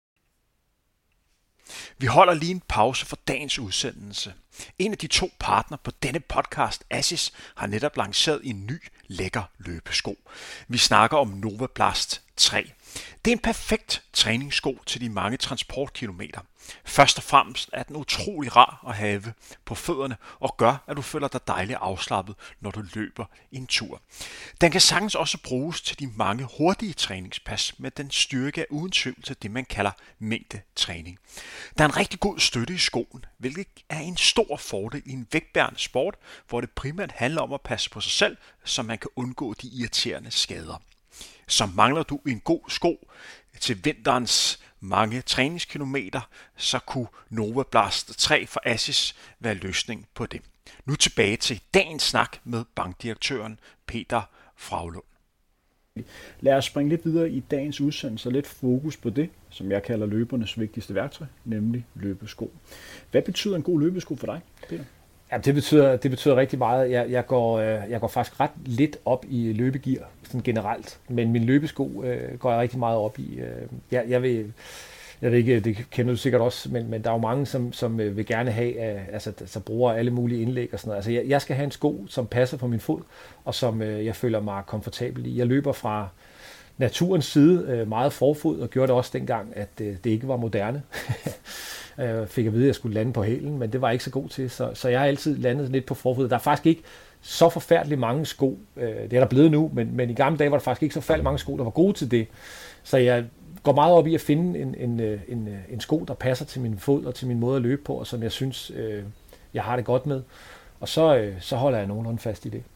Vi holder lige en pause for dagens udsendelse. En af de 2 partner på denne podcast, Asics, har netop lanceret en ny, lækker løbesko. Vi snakker om Nova Blast 3. Det er en perfekt træningssko til de mange transportkilometer. Først og fremmest er den utrolig rar at have på fødderne og gør, at du føler dig dejligt afslappet, når du løber en tur. Den kan sagtens også bruges til de mange hurtige træningspas, med den styrke er uden tvivl til det, man kalder mængdetræning. Der er en rigtig god støtte i skoen, hvilket er en stor fordel i en vægtbærende sport, hvor det primært handler om at passe på sig selv, så man kan undgå de irriterende skader. Så mangler du en god sko til vinterens mange træningskilometer, så kunne Nova Blast 3 fra Asics være løsning på det. Nu tilbage til dagens snak med bankdirektøren Peter Fraulund. Lad os springe lidt videre i dagens udsendelse og lidt fokus på det, som jeg kalder løbernes vigtigste værktøj, nemlig løbesko. Hvad betyder en god løbesko for dig, Peter? Ja, det betyder rigtig meget. Jeg går faktisk ret lidt op i løbegear sådan generelt, men min løbesko går jeg rigtig meget op i. Jeg ved ikke, det kender du sikkert også, men der er jo mange, som vil gerne have, altså bruger alle mulige indlæg og sådan noget. Altså jeg skal have en sko, som passer på min fod, og som jeg føler mig komfortabel i. Jeg løber fra naturens side meget forfod, og gjorde det også dengang, at det ikke var moderne. Fik at vide, at jeg skulle lande på hælen, men det var jeg ikke så god til, så jeg har altid landet lidt på forfod. Der er faktisk ikke så forfærdeligt mange sko, det er der blevet nu, men i gamle dage var der faktisk ikke så forfærdeligt mange sko, der var gode til det. Så jeg går meget op i at finde en sko, der passer til min fod og til min måde at løbe på, og som jeg synes, jeg har det godt med. Og så holder jeg nogenlunde fast i det.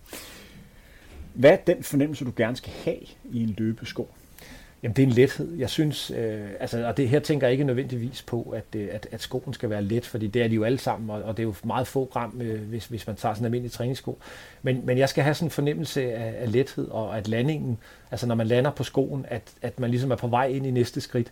Hvad er den fornemmelse, du gerne skal have i en løbesko? Jamen, det er en lethed. Jeg synes, og det her tænker jeg ikke nødvendigvis på, at skoen skal være let, fordi det er de jo alle sammen, og det er jo meget få gram, hvis man tager sådan en almindelig træningssko. Men jeg skal have sådan en fornemmelse af lethed, og at landingen, altså når man lander på skoen, at man ligesom er på vej ind i næste skridt.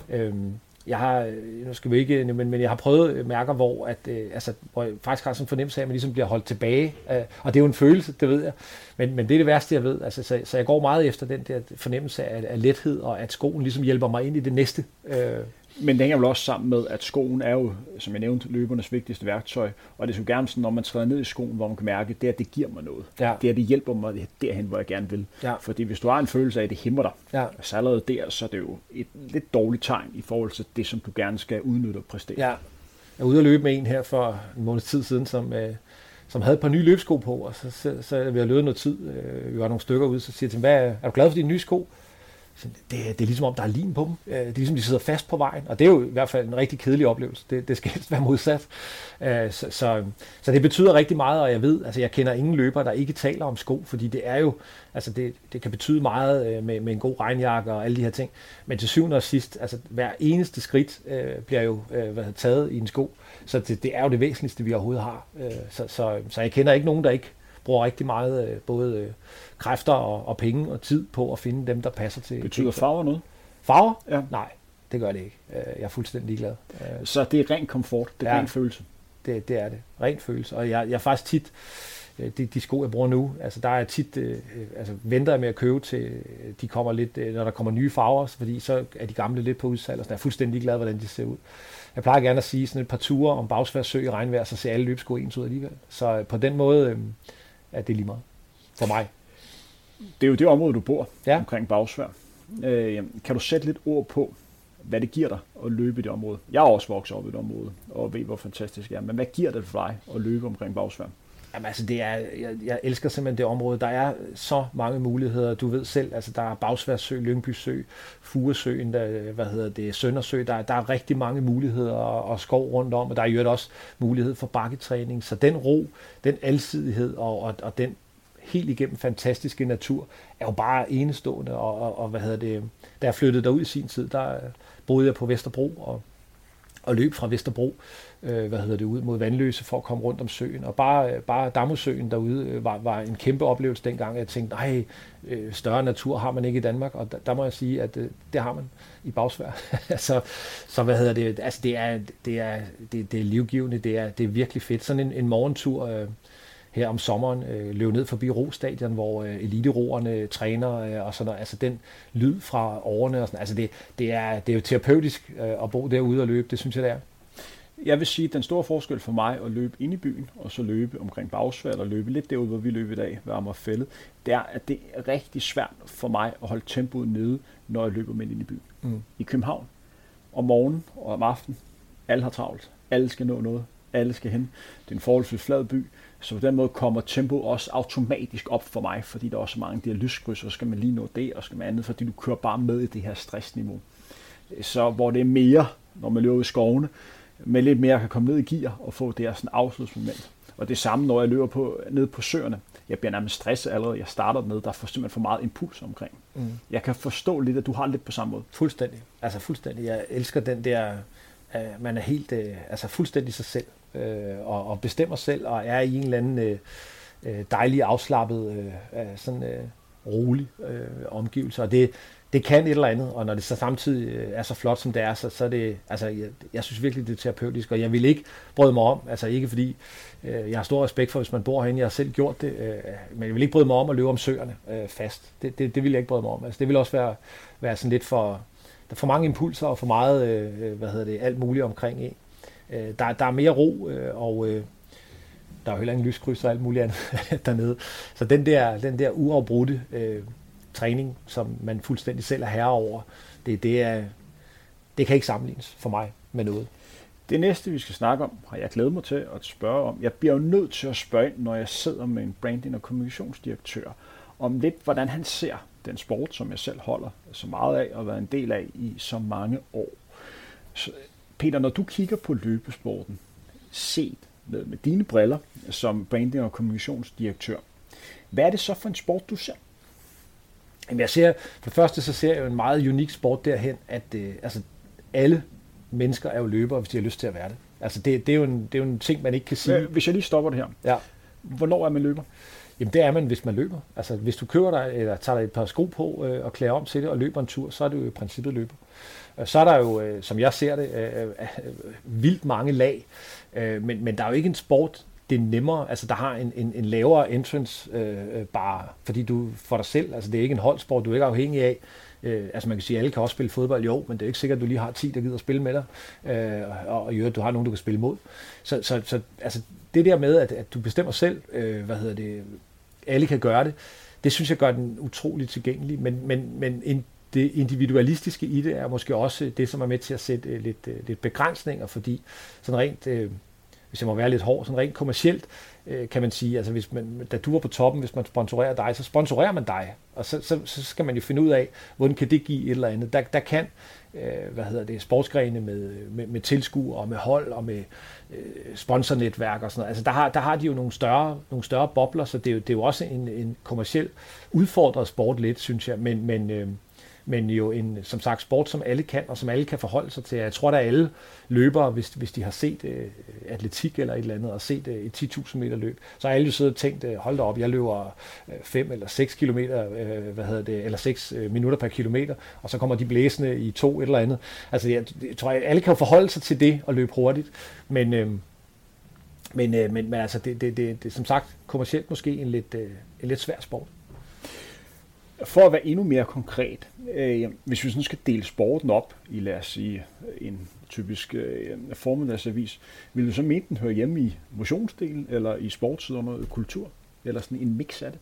Nu skal vi ikke, men jeg har prøvet mærker, hvor jeg faktisk har sådan en fornemmelse af, at man ligesom bliver holdt tilbage, og det er jo en følelse, det ved jeg, men det er det værste, jeg ved, altså, så jeg går meget efter den der fornemmelse af lethed, og at skoen ligesom hjælper mig ind i det næste. Men det hænger vel også sammen med, at skoen er jo, som jeg nævnte, løbernes vigtigste værktøj, og det er jo gerne sådan, når man træder ned i skoen, hvor man kan mærke, det giver mig noget. Ja. Det hjælper mig derhen, hvor jeg gerne vil. Ja. Fordi hvis du har en følelse af, at det hæmmer dig, så allerede der, så er det jo et lidt dårligt tegn i forhold til det, som du gerne skal udnytte og præstere. Ja. Jeg er ude at løbe med en her for en måneds tid siden, som havde et par nye løbesko på, og så vi har løbet noget tid, vi var nogle stykker ude, så siger jeg til dem, er du glad for dine nye sko? Så det er ligesom om, der er lim på dem. Det er ligesom, de sidder fast på vejen. Og det er jo i hvert fald en rigtig kedelig oplevelse. Det skal helst være modsat. Så det betyder rigtig meget, og jeg ved, altså jeg kender ingen løbere, der ikke taler om sko, fordi det er jo, altså det kan betyde meget med en god regnjakke og alle de her ting. Men til syvende og sidst, altså hver eneste skridt bliver jo taget i en sko. Så det er jo det væsentligste, vi overhovedet har. Så jeg kender ikke nogen, der ikke bruger rigtig meget både kræfter og penge og tid på at finde dem, der passer til. Betyder farver noget? Farver? Ja. Nej, det gør det ikke. Jeg er fuldstændig ligeglad. Så det er ren komfort, det er ren følelse? Det er det. Ren følelse. Og jeg er faktisk tit, de sko, jeg bruger nu, altså der er tit, venter jeg med at købe til, de kommer lidt, når der kommer nye farver, fordi så er de gamle lidt på udsalg, og så er jeg fuldstændig ligeglad, hvordan de ser ud. Jeg plejer gerne at sige sådan et par ture om Bagsværd Sø i regnvejr, så ser alle løbesko ens ud alligevel. Så på den måde er det lige meget for mig. Det er jo det område, du bor omkring Bagsværd. Kan du sætte lidt ord på, hvad det giver dig at løbe i det område? Jeg er også vokset op i det område, og ved, hvor fantastisk det er. Men hvad giver det for dig at løbe omkring Bagsværd? Jamen, altså jeg elsker simpelthen det område. Der er så mange muligheder. Du ved selv, altså der er Bagsværd Sø, Lyngby Sø, Furesøen, Søndersø. Der er rigtig mange muligheder og skov rundt om, og der er jo også mulighed for bakketræning. Så den ro, den alsidighed og den helt igennem fantastiske natur er jo bare enestående. Da jeg flyttede derud i sin tid, der boede jeg på Vesterbro og løb fra Vesterbro ud mod Vandløse for at komme rundt om søen. Og bare Damhusøen derude var en kæmpe oplevelse dengang. Jeg tænkte, nej, større natur har man ikke i Danmark, og der må jeg sige, at det har man i Bagsværd. Altså det er livgivende, det er virkelig fedt. Sådan en morgentur her om sommeren løb ned forbi Rostadion, hvor eliteroerne træner og sådan noget. Altså den lyd fra årene og sådan. Altså det er jo terapeutisk at bo derude og løbe. Det synes jeg, det er. Jeg vil sige, at den store forskel for mig at løbe ind i byen, og så løbe omkring Bagsværd, eller løbe lidt derude, hvor vi løber i dag, ved Amagerfælled, det er, at det er rigtig svært for mig at holde tempoet nede, når jeg løber midt ind i byen. I København, om morgenen og om aftenen, alle har travlt. Alle skal nå noget. Alle skal hen. Det er en forholdsvis flad by, så på den måde kommer tempoet også automatisk op for mig, fordi der er også mange af de her lyskryds, og så skal man lige nå det, og skal man andet, fordi du kører bare med i det her stressniveau. Så hvor det er mere, når man løber i skovene, med lidt mere kan komme ned i gear og få det her sådan afslutsmoment. Og det samme, når jeg løber ned på søerne. Jeg bliver nærmest stresset allerede. Jeg starter med, der får simpelthen for meget impuls omkring. Jeg kan forstå lidt, at du har lidt på samme måde. Fuldstændig. Altså fuldstændig. Jeg elsker den der, man er helt fuldstændig sig selv. Og bestemmer selv, og er i en eller anden dejlig, afslappet, rolig omgivelse. Og det kan et eller andet, og når det så samtidig er så flot, som det er, så er det, altså, jeg synes virkelig, det er terapeutisk, og jeg vil ikke bryde mig om, altså ikke fordi, jeg har stor respekt for, hvis man bor herinde, jeg har selv gjort det, men jeg vil ikke bryde mig om at løbe om søerne fast. Det vil jeg ikke bryde mig om. Altså, det vil også være sådan lidt for mange impulser, og for meget, alt muligt omkring en. Der er mere ro, og der er jo heller ingen lyskryds og alt muligt andet dernede. Så den der uafbrudte træning, som man fuldstændig selv er herre over, det kan ikke sammenlignes for mig med noget. Det næste, vi skal snakke om, har jeg glædet mig til at spørge om. Jeg bliver jo nødt til at spørge, når jeg sidder med en branding- og kommunikationsdirektør, om lidt, hvordan han ser den sport, som jeg selv holder så meget af og været en del af i så mange år. Så Peter, når du kigger på løbesporten, set med dine briller som branding- og kommunikationsdirektør, hvad er det så for en sport, du ser? Jamen for det første så ser jeg jo en meget unik sport derhen, at alle mennesker er jo løbere, hvis de har lyst til at være det. Altså det er jo en ting, man ikke kan sige. Hvis jeg lige stopper det her. Ja. Hvornår er man løber? Jamen det er man, hvis man løber. Altså hvis du køber dig, eller tager dig et par sko på og klæder om til det og løber en tur, så er det jo i princippet løber. Så er der jo, som jeg ser det, vildt mange lag, men der er jo ikke en sport, det er nemmere, altså der har en lavere entrance bare, fordi du for dig selv, altså det er ikke en holdsport, du er ikke afhængig af, altså man kan sige, at alle kan også spille fodbold, jo, men det er ikke sikkert, at du lige har 10, der gider at spille med dig, og i øvrigt, du har nogen, du kan spille mod. Så altså det der med, at du bestemmer selv, alle kan gøre det synes jeg gør den utroligt tilgængelig, men det individualistiske i det er måske også det, som er med til at sætte lidt begrænsninger, fordi sådan rent, hvis jeg må være lidt hård, sådan rent kommercielt, kan man sige, altså da du var på toppen, hvis man sponsorerer dig, så sponsorerer man dig, og så skal man jo finde ud af, hvordan kan det give et eller andet. Der kan sportsgrene med tilskuere og med hold og med sponsornetværk og sådan noget. Altså der har de jo nogle større bobler, så det er jo også en kommercielt udfordret sport lidt, synes jeg, men jo som sagt sport, som alle kan, og som alle kan forholde sig til. Jeg tror, der er alle løbere, hvis de har set atletik eller et eller andet, og set et 10.000 meter løb, så har alle jo siddet og tænkt, hold da op, jeg løber 5 eller 6 kilometer, eller 6 minutter per kilometer, og så kommer de blæsende i 2 eller andet. Altså, jeg tror, alle kan jo forholde sig til det og løbe hurtigt, men altså, det er som sagt kommercielt måske en lidt svær sport. For at være endnu mere konkret, hvis vi sådan skal dele sporten op i, lad os sige, en typisk formiddagsavis, vil du så mene, den hører hjemme i motionsdelen, eller i sportssiden og noget kultur, eller sådan en mix af det?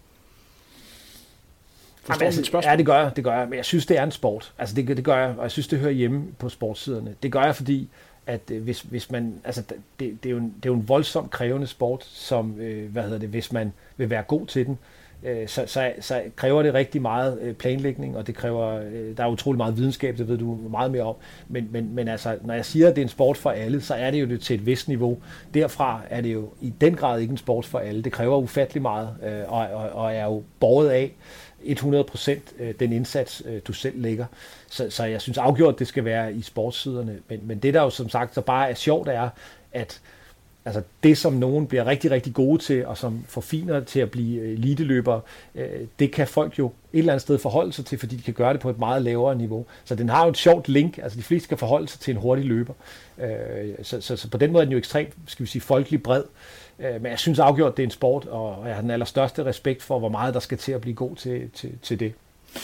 Ja, det gør jeg, men jeg synes, det er en sport. Altså det gør jeg, og jeg synes, det hører hjemme på sportssiderne. Det gør jeg, fordi at hvis man, altså det er jo en voldsomt krævende sport, som, hvis man vil være god til den, så kræver det rigtig meget planlægning, og det kræver, der er utrolig meget videnskab, det ved du meget mere om, men altså, når jeg siger, at det er en sport for alle, så er det jo til et vist niveau. Derfra er det jo i den grad ikke en sport for alle. Det kræver ufattelig meget, og er jo båret af 100% den indsats, du selv lægger. Så jeg synes afgjort, det skal være i sportssiderne, men det der jo som sagt så bare er sjovt, er, at altså det, som nogen bliver rigtig, rigtig gode til, og som forfiner til at blive eliteløbere, det kan folk jo et eller andet sted forholde sig til, fordi de kan gøre det på et meget lavere niveau. Så den har jo et sjovt link, altså de fleste skal forholde sig til en hurtig løber. Så på den måde er den jo ekstremt, skal vi sige, folkelig bred. Men jeg synes afgjort, det er en sport, og jeg har den allerstørste respekt for, hvor meget der skal til at blive god til det.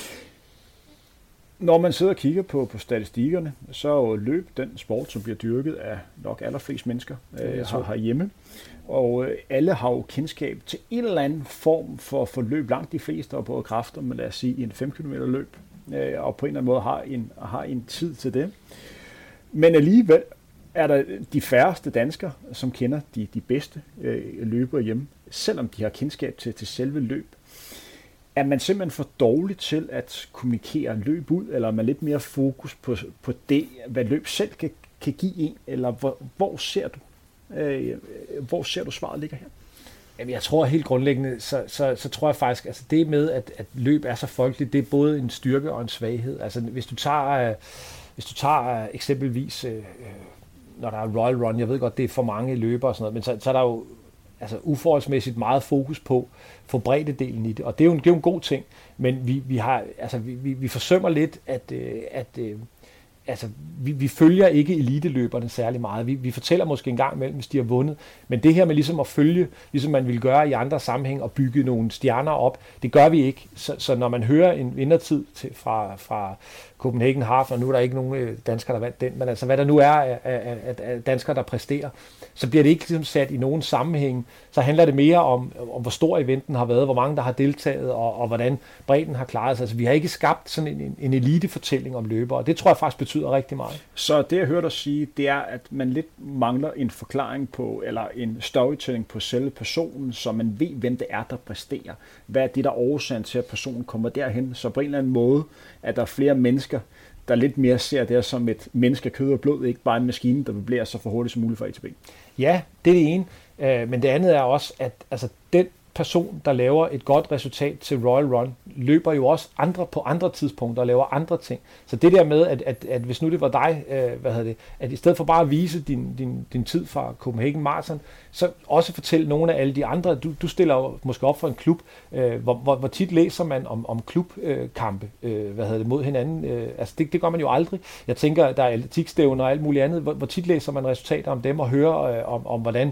Når man sidder og kigger på statistikkerne, så er jo løb den sport, som bliver dyrket af nok allerflest mennesker herhjemme. Og alle har jo kendskab til en eller anden form for løb, langt de fleste, og både kræfter med, lad os sige, en 5 km løb, og på en eller anden måde har en tid til det. Men alligevel er der de færreste danskere, som kender de bedste løbere hjemme, selvom de har kendskab til selve løb. Er man simpelthen for dårlig til at kommunikere løb ud, eller er man lidt mere fokus på det, hvad løb selv kan give en, eller hvor ser du svaret ligger her? Jamen, jeg tror helt grundlæggende, så tror jeg faktisk, altså det med, at løb er så folkeligt, det er både en styrke og en svaghed. Altså hvis du tager eksempelvis, når der er Royal Run, jeg ved godt, det er for mange løbere og sådan noget, men så er der jo altså uforholdsmæssigt meget fokus på breddedelen i det, og det er jo en god ting, men vi forsømmer lidt, vi følger ikke eliteløberne særlig meget. Vi fortæller måske en gang imellem, hvis de har vundet, men det her med ligesom at følge, ligesom man ville gøre i andre sammenhæng, og bygge nogle stjerner op, det gør vi ikke. Så når man hører en vindertid fra Copenhagen Half, og nu er der ikke nogen danskere, der vandt den, men altså hvad der nu er af danskere, der præsterer, så bliver det ikke ligesom sat i nogen sammenhæng. Så handler det mere om hvor stor eventen har været, hvor mange der har deltaget, og hvordan bredden har klaret sig. Altså vi har ikke skabt sådan en elitefortælling om løbere, og det tror jeg faktisk betyder rigtig meget. Så det jeg hørte dig sige, det er, at man lidt mangler en forklaring på, eller en storytelling på selve personen, så man ved, hvem det er, der præsterer. Hvad er det, der er årsagen til, at personen kommer derhen? Så på en eller anden måde, at der er flere mennesker, der lidt mere ser det som et menneske, kød og blod, ikke bare en maskine, der bevæger sig for hurtigt som muligt fra A til B. Ja, det er det ene. Men det andet er også, at altså, den person, der laver et godt resultat til Royal Run, løber jo også på andre tidspunkter og laver andre ting. Så det der med, at hvis nu det var dig, at i stedet for bare at vise din tid fra Copenhagen Marathon, så også fortælle nogle af alle de andre. Du stiller jo måske op for en klub, hvor tit læser man om klubkampe mod hinanden. Altså det gør man jo aldrig. Jeg tænker, der er atletikstævner og alt muligt andet. Hvor tit læser man resultater om dem og hører om hvordan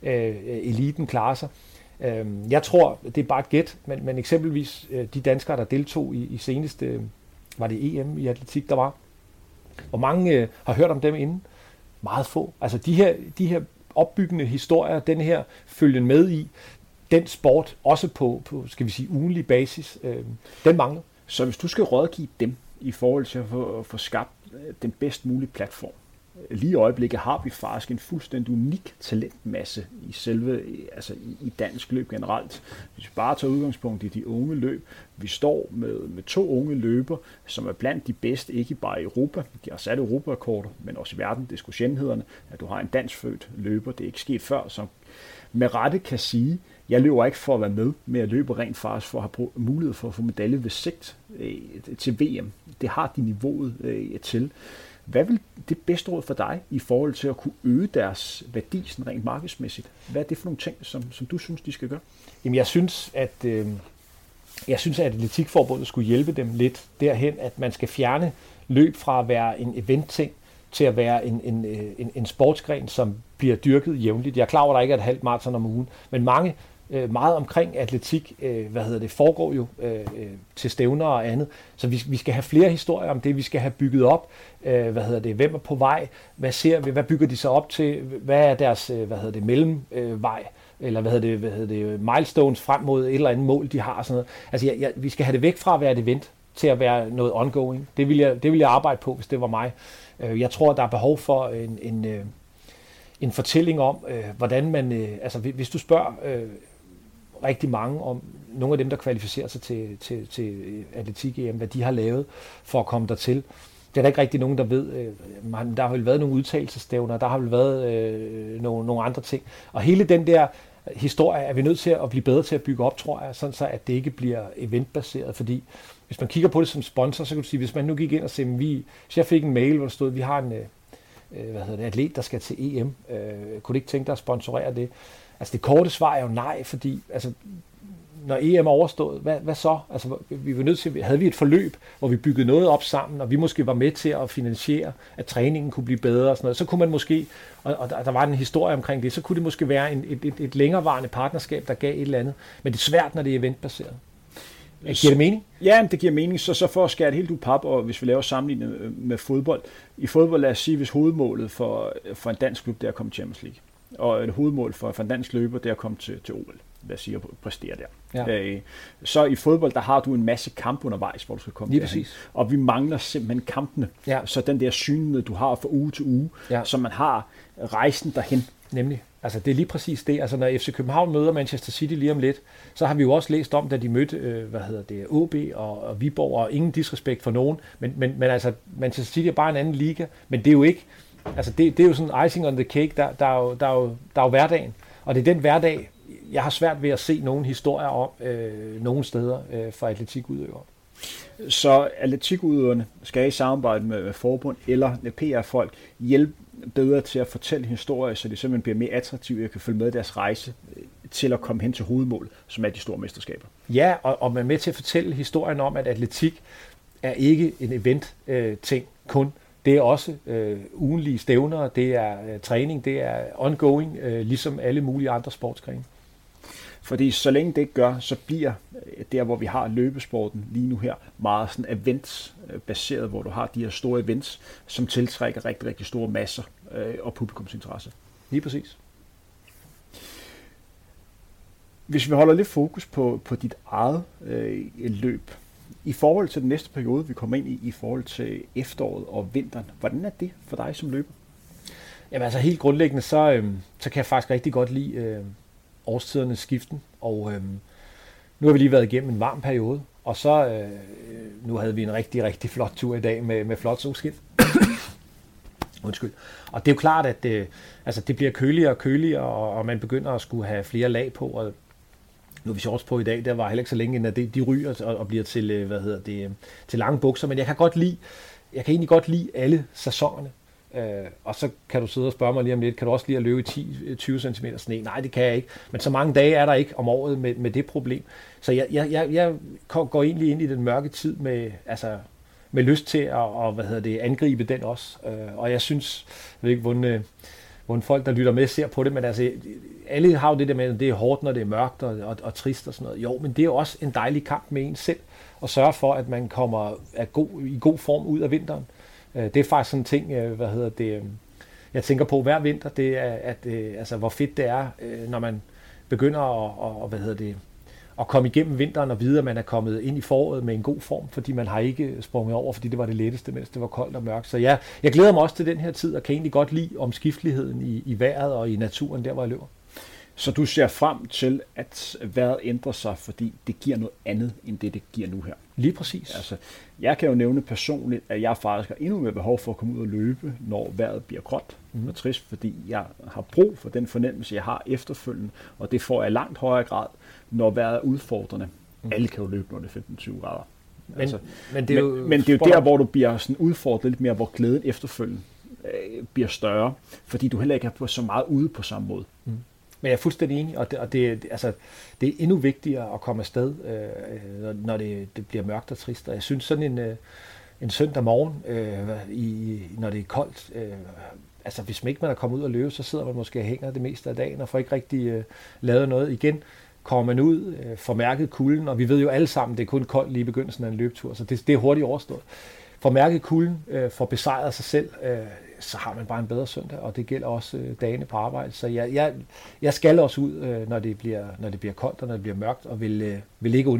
eliten klarer sig. Jeg tror, det er bare et gæt, men eksempelvis de danskere, der deltog i seneste, var det EM i atletik, der var. Hvor mange har hørt om dem inden? Meget få. Altså de her opbyggende historier, den her følgen med i, den sport, også på skal vi sige, ugentlig basis, den mangler. Så hvis du skal rådgive dem i forhold til at få skabt den bedst mulige platform, lige i øjeblikket har vi faktisk en fuldstændig unik talentmasse i selve, altså i dansk løb generelt. Hvis vi bare tager udgangspunkt i de unge løb, vi står med 2 unge løber, som er blandt de bedste, ikke bare i Europa, de har sat europarekorder, men også i verden. Det er sgu sjældenhederne, at du har en danskfødt løber, det er ikke sket før, som med rette kan sige, jeg løber ikke for at være med, men jeg løber rent faktisk for at have mulighed for at få medalje ved sigt til VM. Det har de niveauet til. Hvad vil det bedste råd for dig i forhold til at kunne øge deres værdi sådan rent markedsmæssigt? Hvad er det for nogle ting, som du synes, de skal gøre? Jamen, jeg synes, at Atletikforbundet skulle hjælpe dem lidt derhen, at man skal fjerne løb fra at være en eventting til at være en sportsgren, som bliver dyrket jævnligt. Jeg er klar over, at der ikke er et halvt maraton om ugen, men meget omkring atletik, foregår jo til stævner og andet. Så vi skal have flere historier om det, vi skal have bygget op. Hvem er på vej? Hvad ser vi? Hvad bygger de sig op til? Hvad er deres mellemvej? Eller milestones frem mod et eller andet mål, de har. Sådan noget. Altså, vi skal have det væk fra at være et event, til at være noget ongoing. Det vil jeg arbejde på, hvis det var mig. Jeg tror, der er behov for en fortælling om, hvordan man... altså, hvis du spørger rigtig mange om nogle af dem, der kvalificerer sig til atletik-EM, hvad de har lavet for at komme dertil. Det er der ikke rigtig nogen, der ved. Der har vel været nogle udtalelsesstævner, der har vel været nogle andre ting. Og hele den der historie er vi nødt til at blive bedre til at bygge op, tror jeg, sådan så at det ikke bliver eventbaseret. Fordi hvis man kigger på det som sponsor, så kan du sige, hvis man nu gik ind og sagde, hvis jeg fik en mail, hvor der stod, vi har en atlet, der skal til EM, kunne du ikke tænke dig at sponsorere det? Altså det korte svar er jo nej, fordi altså, når EM er overstået, hvad så? Altså, vi var nødt til, havde vi et forløb, hvor vi byggede noget op sammen, og vi måske var med til at finansiere, at træningen kunne blive bedre og sådan noget, så kunne man måske, og der var en historie omkring det, så kunne det måske være et længerevarende partnerskab, der gav et eller andet. Men det er svært, når det er eventbaseret. Giver det mening? Ja, det giver mening. Så for at skære det helt ud pap, og hvis vi laver sammenligning med fodbold. I fodbold, lad os sige, hvis hovedmålet for en dansk klub, det er at komme til Champions League, og et hovedmål for en dansk løber, det er at komme til OL. Lad os sige, at præstere der. Ja. Så i fodbold, der har du en masse kampe undervejs, hvor du skal komme derhen. Og vi mangler simpelthen kampene. Ja. Så den der synlighed, du har fra uge til uge, så man har rejsen derhen. Nemlig. Altså det er lige præcis det. Altså når FC København møder Manchester City lige om lidt, så har vi jo også læst om, da de mødte, OB og Viborg, og ingen disrespekt for nogen. Men altså Manchester City er bare en anden liga. Men det er jo ikke, altså det er jo sådan icing on the cake, der er jo hverdagen. Og det er den hverdag, jeg har svært ved at se nogle historier om nogle steder for atletikudøvere. Så atletikudøverne skal i samarbejde med forbund eller med PR-folk hjælpe bedre til at fortælle historier, så det simpelthen bliver mere attraktivt, at kan følge med deres rejse til at komme hen til hovedmålet, som er de store mesterskaber. Ja, og man er med til at fortælle historien om, at atletik er ikke en event-ting kun. Det er også ugenlige stævner, det er træning, det er ongoing, ligesom alle mulige andre sportsgrene. Fordi så længe det ikke gør, så bliver der, hvor vi har løbesporten lige nu her, meget sådan events-baseret, hvor du har de her store events, som tiltrækker rigtig, rigtig store masser og publikumsinteresse. Lige præcis. Hvis vi holder lidt fokus på dit eget løb, i forhold til den næste periode, vi kommer ind i forhold til efteråret og vinteren, hvordan er det for dig som løber? Jamen altså helt grundlæggende, så kan jeg faktisk rigtig godt lide årstidernes skiften, og nu har vi lige været igennem en varm periode, og så nu havde vi en rigtig, rigtig flot tur i dag med flot solskin. Undskyld. Og det er jo klart, at det bliver køligere og køligere, og man begynder at skulle have flere lag på, og nu er vi shorts på i dag, der var heller ikke så længe, inden de ryger og bliver til, til lange bukser, men jeg kan egentlig godt lide alle sæsonerne. Og så kan du sidde og spørge mig lige om lidt, kan du også lide at løbe i 20 cm sne? Nej, det kan jeg ikke. Men så mange dage er der ikke om året med det problem. Så jeg går egentlig ind i den mørke tid med lyst til at angribe den også. Og jeg synes, jeg ved ikke, hvordan folk, der lytter med, ser på det, men altså, alle har jo det der med, at det er hårdt, når det er mørkt og trist og sådan noget. Jo, men det er jo også en dejlig kamp med en selv, at sørge for, at man kommer i god form ud af vinteren. Det er faktisk sådan en ting, jeg tænker på hver vinter, det er, hvor fedt det er, når man begynder at komme igennem vinteren og vide, at man er kommet ind i foråret med en god form, fordi man har ikke sprunget over, fordi det var det letteste, mens det var koldt og mørkt. Så jeg glæder mig også til den her tid, og kan egentlig godt lide omskifteligheden i vejret og i naturen, der hvor jeg løber. Så du ser frem til, at vejret ændrer sig, fordi det giver noget andet, end det giver nu her? Lige præcis. Altså, jeg kan jo nævne personligt, at jeg faktisk har endnu mere behov for at komme ud og løbe, når vejret bliver gråt og trist, fordi jeg har brug for den fornemmelse, jeg har efterfølgende, og det får jeg i langt højere grad, når vejret er udfordrende. Alle kan jo løbe, når det er 15-20 grader. Men det er jo der, hvor du bliver sådan udfordret lidt mere, hvor glæden efterfølgende bliver større, fordi du heller ikke er så meget ude på samme måde. Men jeg er fuldstændig enig, og det er endnu vigtigere at komme afsted, når det bliver mørkt og trist. Og jeg synes sådan en søndag morgen, når det er koldt, hvis man ikke er kommet ud og løbe, så sidder man måske og hænger det meste af dagen og får ikke rigtig lavet noget igen. Kommer man ud, får mærket kulden, og vi ved jo alle sammen, det er kun koldt lige i begyndelsen af en løbetur, så det er hurtigt overstået. Får mærket kulden, får besejret sig selv, så har man bare en bedre søndag, og det gælder også dagene på arbejde. Så jeg skal også ud, når det bliver koldt og når det bliver mørkt, og vil ikke undvære det.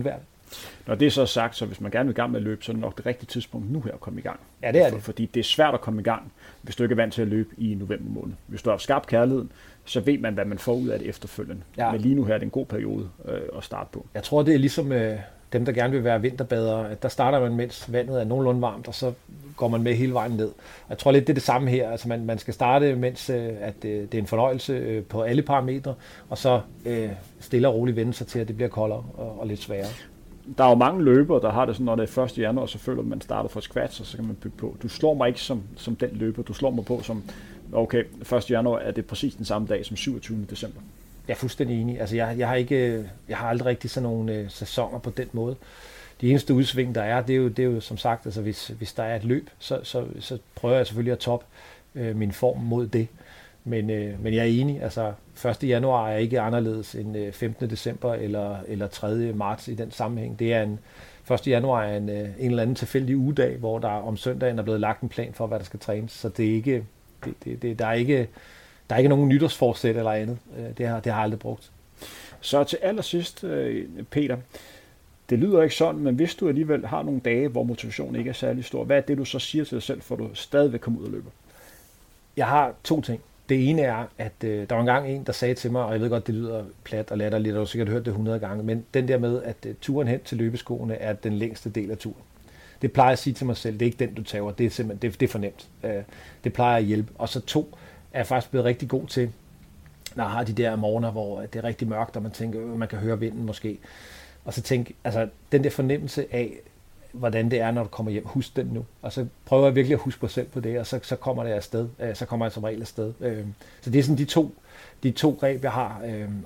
Når det er så sagt, så hvis man gerne vil i gang med at løbe, så er det nok det rigtige tidspunkt nu her at komme i gang. Ja, det er det. Fordi det er svært at komme i gang, hvis du ikke er vant til at løbe i november måned. Hvis du har skabt kærligheden, så ved man, hvad man får ud af det efterfølgende. Ja. Men lige nu her er det en god periode at starte på. Jeg tror, det er ligesom dem, der gerne vil være vinterbadere. Der starter man, mens vandet er nogenlunde varmt, og så går man med hele vejen ned. Og jeg tror lidt, det er det samme her. Altså man skal starte, mens at det er en fornøjelse på alle parametre, og så stille og roligt vende sig til, at det bliver koldere og lidt sværere. Der er jo mange løbere, der har det sådan, når det er 1. januar, så føler man starter fra scratch, og så kan man bygge på. Du slår mig ikke som den løber. Du slår mig på som, okay, 1. januar er det præcis den samme dag som 27. december. Jeg er fuldstændig enig. Altså jeg har aldrig rigtig sådan nogle sæsoner på den måde. De eneste udsving, der er, det er jo som sagt, altså hvis der er et løb, så prøver jeg selvfølgelig at toppe min form mod det. Men jeg er enig, altså 1. januar er ikke anderledes end 15. december eller 3. marts i den sammenhæng. Det er 1. januar er en eller anden tilfældig ugedag, hvor der om søndagen er blevet lagt en plan for, hvad der skal trænes. Så det er ikke, der er ikke nogen nytårsforsæt eller andet. Det har jeg aldrig brugt. Så til allersidst, Peter, det lyder ikke sådan, men hvis du alligevel har nogle dage, hvor motivationen ikke er særlig stor, hvad er det, du så siger til dig selv, for du stadigvæk kommer ud og løber? Jeg har 2 ting. Det ene er, at der var engang en, der sagde til mig, og jeg ved godt, det lyder plat og latterligt, og du har sikkert hørt det 100 gange, men den der med, at turen hen til løbeskoene er den længste del af turen. Det plejer jeg at sige til mig selv. Det er ikke den, du tager. Det er simpelthen det er for nemt. Det plejer at hjælpe. Og så 2 er jeg faktisk blevet rigtig god til, når jeg har de der morgener, hvor det er rigtig mørkt, og man tænker, man kan høre vinden måske. Og så tænke, altså den der fornemmelse af, hvordan det er, når du kommer hjem. Husk den nu. Og så prøver jeg virkelig at huske mig selv på det, og så kommer det afsted. Så kommer jeg som regel afsted. Så det er sådan de to greb, jeg har.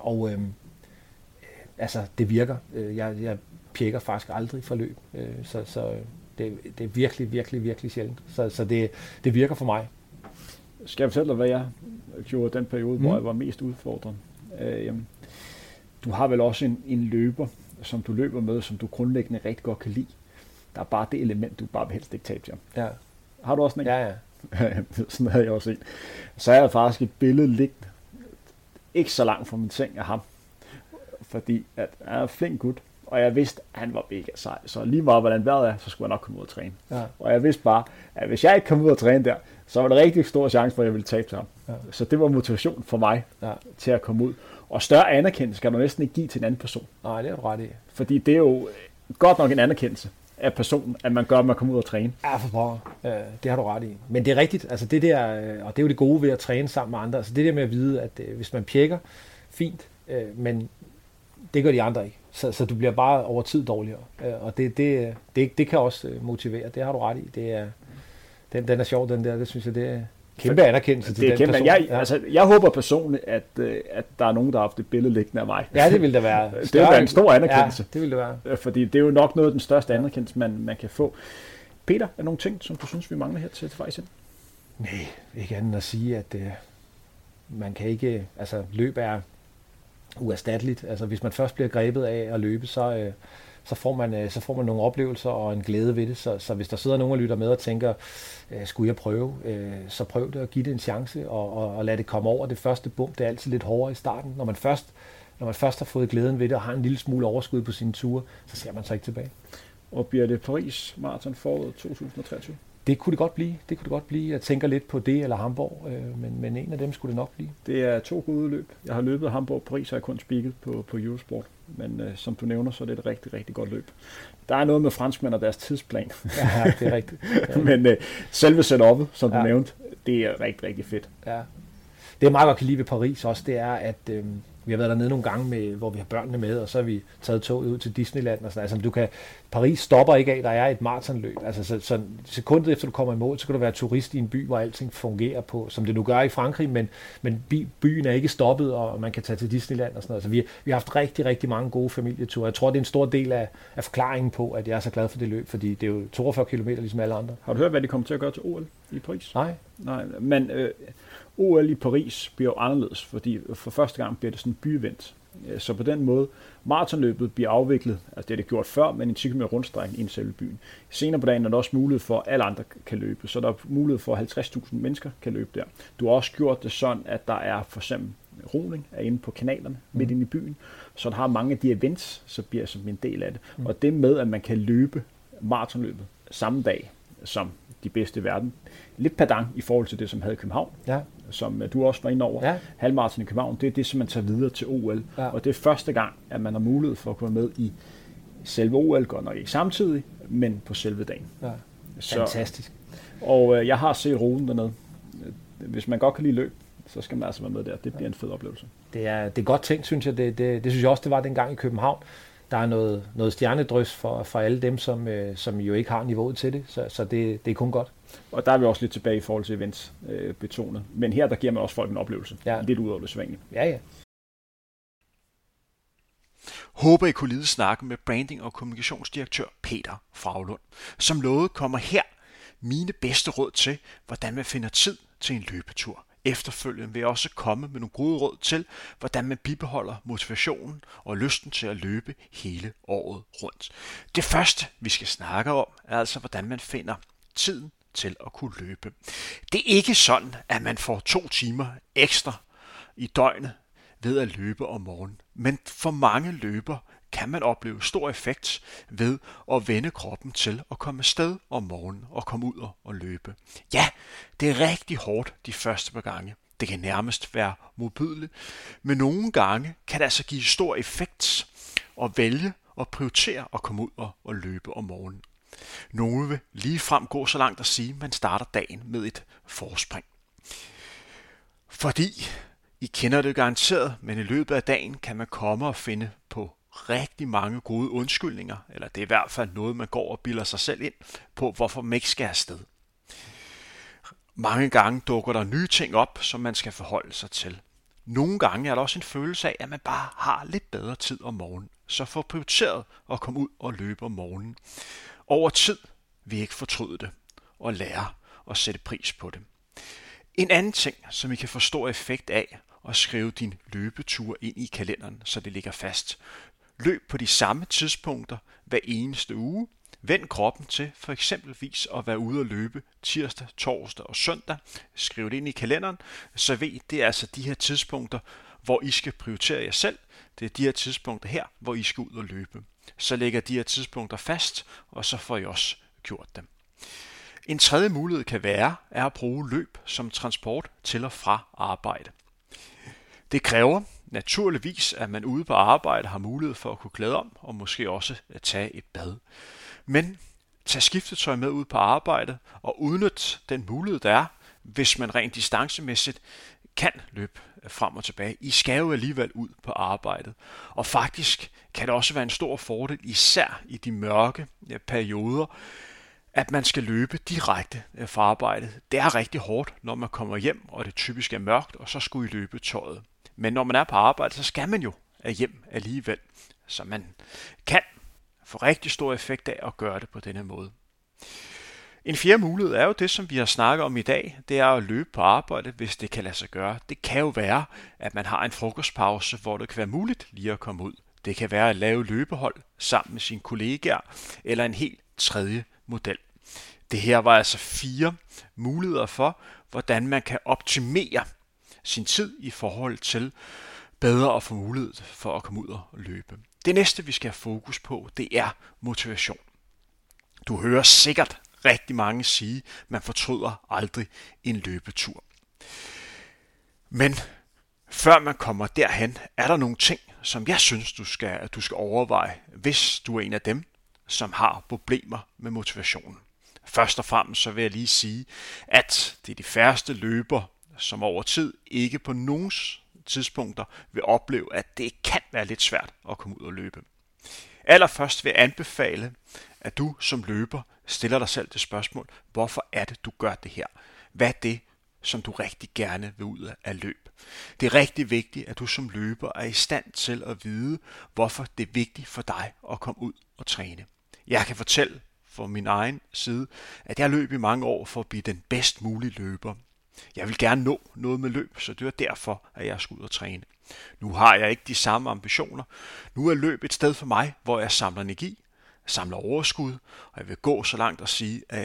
Altså, det virker. Jeg pjekker faktisk aldrig for løb. Så det er virkelig, virkelig, virkelig sjældent. Så det virker for mig. Skal jeg fortælle dig, hvad jeg gjorde den periode, hvor jeg var mest udfordrende? Du har vel også en løber, som du løber med, som du grundlæggende rigtig godt kan lide. Der er bare det element, du bare vil helst ikke tabe til ham. Ja. Har du også en? Ja. Sådan havde jeg også en. Så er der faktisk et billede liggende ikke så langt fra min seng af ham. Fordi at han er en flink gut, og jeg vidste, at han var mega sej. Så lige meget hvordan vejret er, så skulle jeg nok komme ud og træne. Ja. Og jeg vidste bare, at hvis jeg ikke kom ud og træne der, så var der rigtig stor chance for, at jeg ville tabe til ham. Ja. Så det var motivation for mig til at komme ud. Og større anerkendelse skal du næsten ikke give til en anden person. Nej, det er du ret i. Fordi det er jo godt nok en anerkendelse af personen, at man gør, at man kommer ud og træne. Ja, for pokker. Det har du ret i. Men det er rigtigt, altså det der, og det er jo det gode ved at træne sammen med andre. Altså det der med at vide, at hvis man pjekker, fint, men det gør de andre ikke. Så du bliver bare over tid dårligere. Og det kan også motivere. Det har du ret i. Det er, den er sjov, den der. Det synes jeg, det er kæmpe anerkendelse til den person. Jeg håber personligt, at der er nogen, der har haft et billede liggende af mig. Ja, det vil der være. Det vil være en stor anerkendelse. Ja, det vil det være. Fordi det er jo nok noget af den største anerkendelse, man kan få. Peter, er der nogle ting, som du synes, vi mangler her til faktisk? Nej, ikke andet at sige, at man kan ikke... Altså, løb er uerstatteligt. Altså, hvis man først bliver grebet af at løbe, så får man nogle oplevelser og en glæde ved det. Så hvis der sidder nogen og lytter med og tænker, skulle jeg prøve, så prøv det og give det en chance og lad det komme over det første bump. Det er altid lidt hårdere i starten. Når man først har fået glæden ved det og har en lille smule overskud på sine ture, så ser man sig ikke tilbage. Og bliver det Paris Marathon foråret 2023? Det kunne det godt blive. Jeg tænker lidt på det eller Hamburg, men en af dem skulle det nok blive. Det er 2 gode løb. Jeg har løbet Hamburg og Paris, og jeg har kun spikket på Eurosport. Men som du nævner, så er det et rigtig, rigtig godt løb. Der er noget med franskmænd og deres tidsplan. Ja, det er rigtigt. Men selve setup'et, som du nævnte, det er rigtig, rigtig fedt. Ja. Det er meget godt kan lide ved Paris også, det er, at vi har været dernede nogle gange, hvor vi har børnene med, og så har vi taget toget ud til Disneyland. Og sådan. Altså, Paris stopper ikke af, der er et maratonløb. Altså, så sekundet efter du kommer i mål, så kan du være turist i en by, hvor alting fungerer på, som det nu gør i Frankrig, men byen er ikke stoppet, og man kan tage til Disneyland og sådan noget. Så vi har haft rigtig, rigtig mange gode familieture. Jeg tror, det er en stor del af forklaringen på, at jeg er så glad for det løb, fordi det er jo 42 kilometer, ligesom alle andre. Har du hørt, hvad de kommer til at gøre til OL i Paris? Nej, men OL i Paris bliver jo anderledes, fordi for første gang bliver det sådan en byevent. Så på den måde, maratonløbet bliver afviklet, altså det er det gjort før, men en 10 km rundstrækning i selve byen. Senere på dagen er der også mulighed for, at alle andre kan løbe, så der er mulighed for, at 50.000 mennesker kan løbe der. Du har også gjort det sådan, at der er for eksempel roning er inde på kanalerne midt inde i byen, så der har mange af de events, så bliver som en del af det. Og det med, at man kan løbe maratonløbet samme dag som de bedste i verden. Lidt padang i forhold til det, som havde i København, som du også var inde over. Ja. Halvmaraton i København, det er det, som man tager videre til OL. Ja. Og det er første gang, at man har mulighed for at komme med i selve OL, godt nok ikke samtidig, men på selve dagen. Ja. Fantastisk. Og jeg har set ruten dernede. Hvis man godt kan lide løb, så skal man altså være med der. Det bliver en fed oplevelse. Det er godt tænkt, synes jeg. Det synes jeg også, det var dengang i København. Der er noget stjernedrys for alle dem, som jo ikke har niveauet til det. Så det er kun godt. Og der er vi også lidt tilbage i forhold til events betonet. Men her, der giver man også folk en oplevelse. Lidt ud over det svængende. Ja. Håber, I kunne lide snakken med branding- og kommunikationsdirektør Peter Fraglund, som lovede kommer her mine bedste råd til, hvordan man finder tid til en løbetur. Efterfølgende vil jeg også komme med nogle gode råd til, hvordan man bibeholder motivationen og lysten til at løbe hele året rundt. Det første, vi skal snakke om, er altså, hvordan man finder tiden til at kunne løbe. Det er ikke sådan, at man får 2 timer ekstra i døgnet ved at løbe om morgenen. Men for mange løbere kan man opleve stor effekt ved at vende kroppen til at komme afsted om morgenen og komme ud og løbe. Ja, det er rigtig hårdt de første par gange. Det kan nærmest være modbydeligt, men nogle gange kan det altså give stor effekt at vælge og prioritere at komme ud og løbe om morgenen. Nogle vil ligefrem gå så langt at sige, at man starter dagen med et forspring. Fordi I kender det garanteret, men i løbet af dagen kan man komme og finde på rigtig mange gode undskyldninger, eller det er i hvert fald noget, man går og bilder sig selv ind på, hvorfor man ikke skal afsted. Mange gange dukker der nye ting op, som man skal forholde sig til. Nogle gange er der også en følelse af, at man bare har lidt bedre tid om morgenen, så få prioriteret at komme ud og løbe om morgenen. Over tid vil I ikke fortryde det, og lære at sætte pris på det. En anden ting, som I kan få stor effekt af, at skrive din løbetur ind i kalenderen, så det ligger fast. Løb på de samme tidspunkter hver eneste uge. Vend kroppen til for eksempelvis at være ude og løbe tirsdag, torsdag og søndag. Skriv det ind i kalenderen, så ved det er altså de her tidspunkter, hvor I skal prioritere jer selv. Det er de her tidspunkter her, hvor I skal ud og løbe. Så lægger de her tidspunkter fast, og så får I også gjort dem. En tredje mulighed kan være at bruge løb som transport til og fra arbejde. Det kræver naturligvis, at man ude på arbejde har mulighed for at kunne klæde om, og måske også at tage et bad. Men tag skiftetøj med ud på arbejde, og udnyt den mulighed, der er, hvis man rent distancemæssigt kan løbe frem og tilbage. I skal jo alligevel ud på arbejdet. Og faktisk kan det også være en stor fordel, især i de mørke perioder, at man skal løbe direkte fra arbejdet. Det er rigtig hårdt, når man kommer hjem, og det typisk er mørkt, og så skulle I løbe tøjet. Men når man er på arbejde, så skal man jo hjem alligevel. Så man kan få rigtig stor effekt af at gøre det på denne måde. En fjerde mulighed er jo det, som vi har snakket om i dag. Det er at løbe på arbejde, hvis det kan lade sig gøre. Det kan jo være, at man har en frokostpause, hvor det kan være muligt lige at komme ud. Det kan være at lave løbehold sammen med sine kollegaer, eller en helt tredje model. Det her var altså 4 muligheder for, hvordan man kan optimere sin tid i forhold til bedre at få mulighed for at komme ud og løbe. Det næste, vi skal have fokus på, det er motivation. Du hører sikkert rigtig mange sige, at man fortryder aldrig en løbetur. Men før man kommer derhen, er der nogle ting, som jeg synes, du skal overveje, hvis du er en af dem, som har problemer med motivationen. Først og fremmest så vil jeg lige sige, at det er de færreste løbere, som over tid ikke på nogen tidspunkter vil opleve, at det kan være lidt svært at komme ud og løbe. Allerførst vil jeg anbefale, at du som løber stiller dig selv det spørgsmål, hvorfor er det, du gør det her? Hvad er det, som du rigtig gerne vil ud af løb? Det er rigtig vigtigt, at du som løber er i stand til at vide, hvorfor det er vigtigt for dig at komme ud og træne. Jeg kan fortælle fra min egen side, at jeg løb i mange år for at blive den bedst mulige løber. Jeg vil gerne nå noget med løb, så det er derfor, at jeg skal ud og træne. Nu har jeg ikke de samme ambitioner. Nu er løb et sted for mig, hvor jeg samler energi, samler overskud, og jeg vil gå så langt og sige, at jeg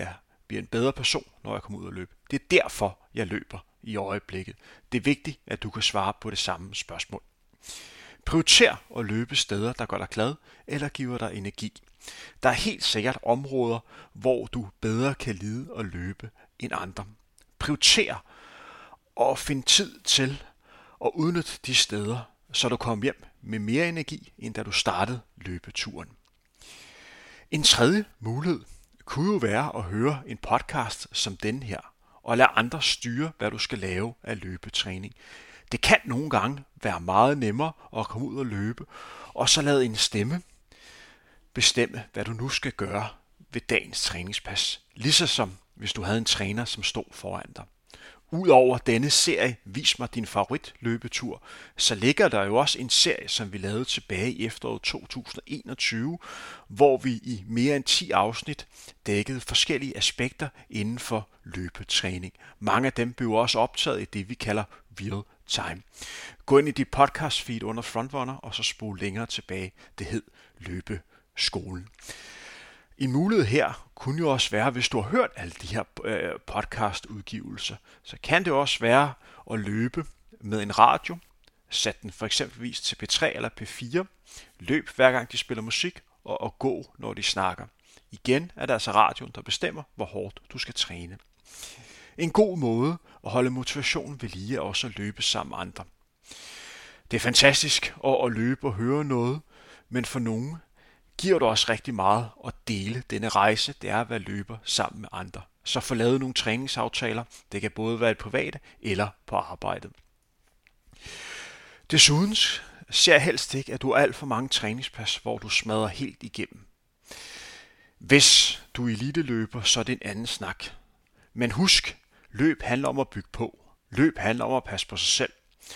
bliver en bedre person, når jeg kommer ud og løbe. Det er derfor, jeg løber i øjeblikket. Det er vigtigt, at du kan svare på det samme spørgsmål. Prioriter at løbe steder, der gør dig glad eller giver dig energi. Der er helt sikkert områder, hvor du bedre kan lide at løbe end andre. Prioriter at finde tid til at udnytte de steder, så du kommer hjem med mere energi, end da du startede løbeturen. En tredje mulighed kunne jo være at høre en podcast som den her, og lade andre styre, hvad du skal lave af løbetræning. Det kan nogle gange være meget nemmere at komme ud og løbe, og så lade en stemme bestemme, hvad du nu skal gøre ved dagens træningspas. Ligesom hvis du havde en træner, som stod foran dig. Udover denne serie, Vis mig din favoritløbetur, så ligger der jo også en serie, som vi lavede tilbage i efteråret 2021, hvor vi i mere end 10 afsnit dækkede forskellige aspekter inden for løbetræning. Mange af dem blev også optaget i det, vi kalder real time. Gå ind i dit podcast feed under Frontrunner, og så spol længere tilbage. Det hed Løbeskolen. En mulighed her kunne jo også være, hvis du har hørt alle de her podcastudgivelser, så kan det også være at løbe med en radio. Sæt den for eksempelvis til P3 eller P4. Løb hver gang de spiller musik, og gå når de snakker. Igen er det altså radioen, der bestemmer, hvor hårdt du skal træne. En god måde at holde motivationen ved lige er også at løbe sammen med andre. Det er fantastisk at løbe og høre noget, men for nogen giver det også rigtig meget at dele denne rejse, det er at være løber sammen med andre. Så få lavet nogle træningsaftaler, det kan både være i private eller på arbejdet. Desuden ser jeg helst ikke, at du har alt for mange træningspas, hvor du smadrer helt igennem. Hvis du er eliteløber, så er det en anden snak. Men husk, løb handler om at bygge på. Løb handler om at passe på sig selv.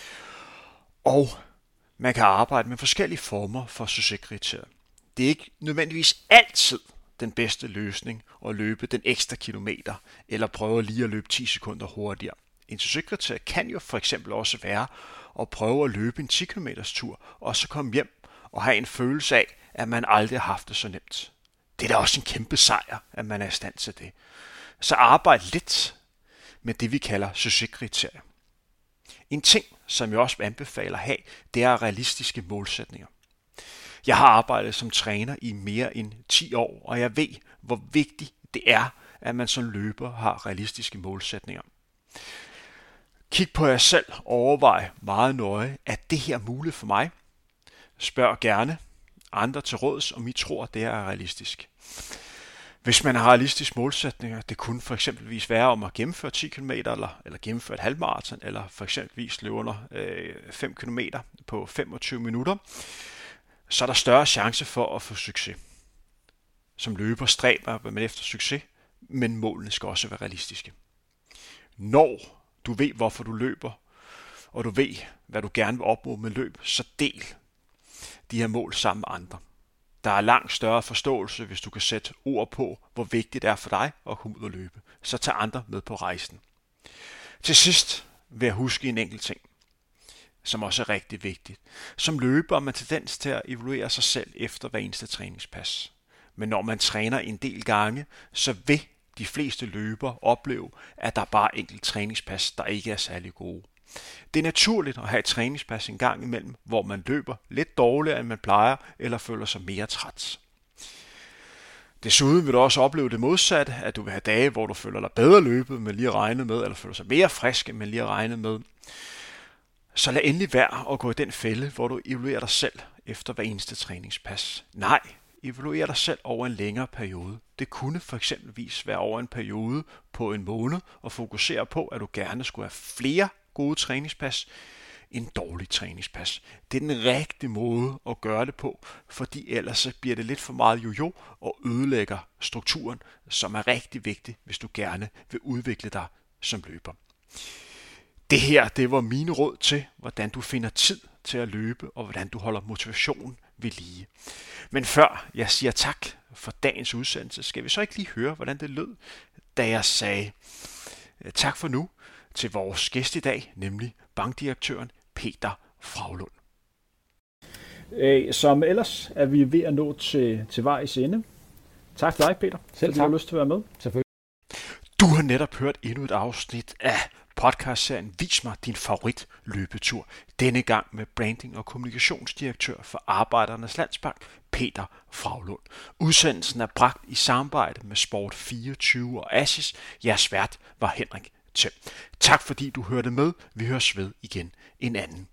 Og man kan arbejde med forskellige former for succeskriterier. Det er ikke nødvendigvis altid den bedste løsning at løbe den ekstra kilometer, eller prøve lige at løbe 10 sekunder hurtigere. En succeskriterie kan jo for eksempel også være at prøve at løbe en 10 km tur, og så komme hjem og have en følelse af, at man aldrig har haft det så nemt. Det er da også en kæmpe sejr, at man er i stand til det. Så arbejd lidt med det, vi kalder succeskriterier. En ting, som jeg også anbefaler at have, det er realistiske målsætninger. Jeg har arbejdet som træner i mere end 10 år, og jeg ved, hvor vigtigt det er, at man som løber har realistiske målsætninger. Kig på jer selv og overvej meget nøje, at det her er muligt for mig. Spørg gerne andre til råds, om I tror, det er realistisk. Hvis man har realistiske målsætninger, det kunne for eksempelvis være om at gennemføre 10 km eller gennemføre et halvmaraton, eller for eksempelvis løbe under 5 km på 25 minutter, så er der større chance for at få succes. Som løber stræber man efter succes, men målene skal også være realistiske. Når du ved, hvorfor du løber, og du ved, hvad du gerne vil opnå med løb, så del de her mål sammen med andre. Der er langt større forståelse, hvis du kan sætte ord på, hvor vigtigt det er for dig at komme ud og løbe. Så tag andre med på rejsen. Til sidst vil jeg huske en enkelt ting, som også er rigtig vigtigt. Som løber har man tendens til at evaluere sig selv efter hver eneste træningspas. Men når man træner en del gange, så vil de fleste løbere opleve, at der bare er enkelt træningspas, der ikke er særlig gode. Det er naturligt at have et træningspas en gang imellem, hvor man løber lidt dårligere, end man plejer, eller føler sig mere træt. Desuden vil du også opleve det modsatte, at du vil have dage, hvor du føler dig bedre løbet, end man lige har regnet med, eller føler sig mere frisk, end man lige har regnet med. Så lad endelig være at gå i den fælde, hvor du evaluerer dig selv efter hver eneste træningspas. Nej, evaluer dig selv over en længere periode. Det kunne for eksempelvis være over en periode på en måned, og fokusere på, at du gerne skulle have flere gode træningspas end dårlige træningspas. Det er den rigtige måde at gøre det på, fordi ellers så bliver det lidt for meget jojo og ødelægger strukturen, som er rigtig vigtig, hvis du gerne vil udvikle dig som løber. Det her, det var mine råd til, hvordan du finder tid til at løbe, og hvordan du holder motivationen ved lige. Men før jeg siger tak for dagens udsendelse, skal vi så ikke lige høre, hvordan det lød, da jeg sagde tak for nu til vores gæst i dag, nemlig bankdirektøren Peter Fraulund. Som ellers er vi ved at nå til vejs ende. Tak for dig, Peter, fordi du har lyst til at være med. Selvfølgelig. har netop hørt endnu et afsnit af podcastserien Vis mig din favorit løbetur. Denne gang med branding- og kommunikationsdirektør for Arbejdernes Landsbank, Peter Fraglund. Udsendelsen er bragt i samarbejde med Sport24 og Assis. Jeres vært var Henrik Thiem. Tak fordi du hørte med. Vi høres ved igen en anden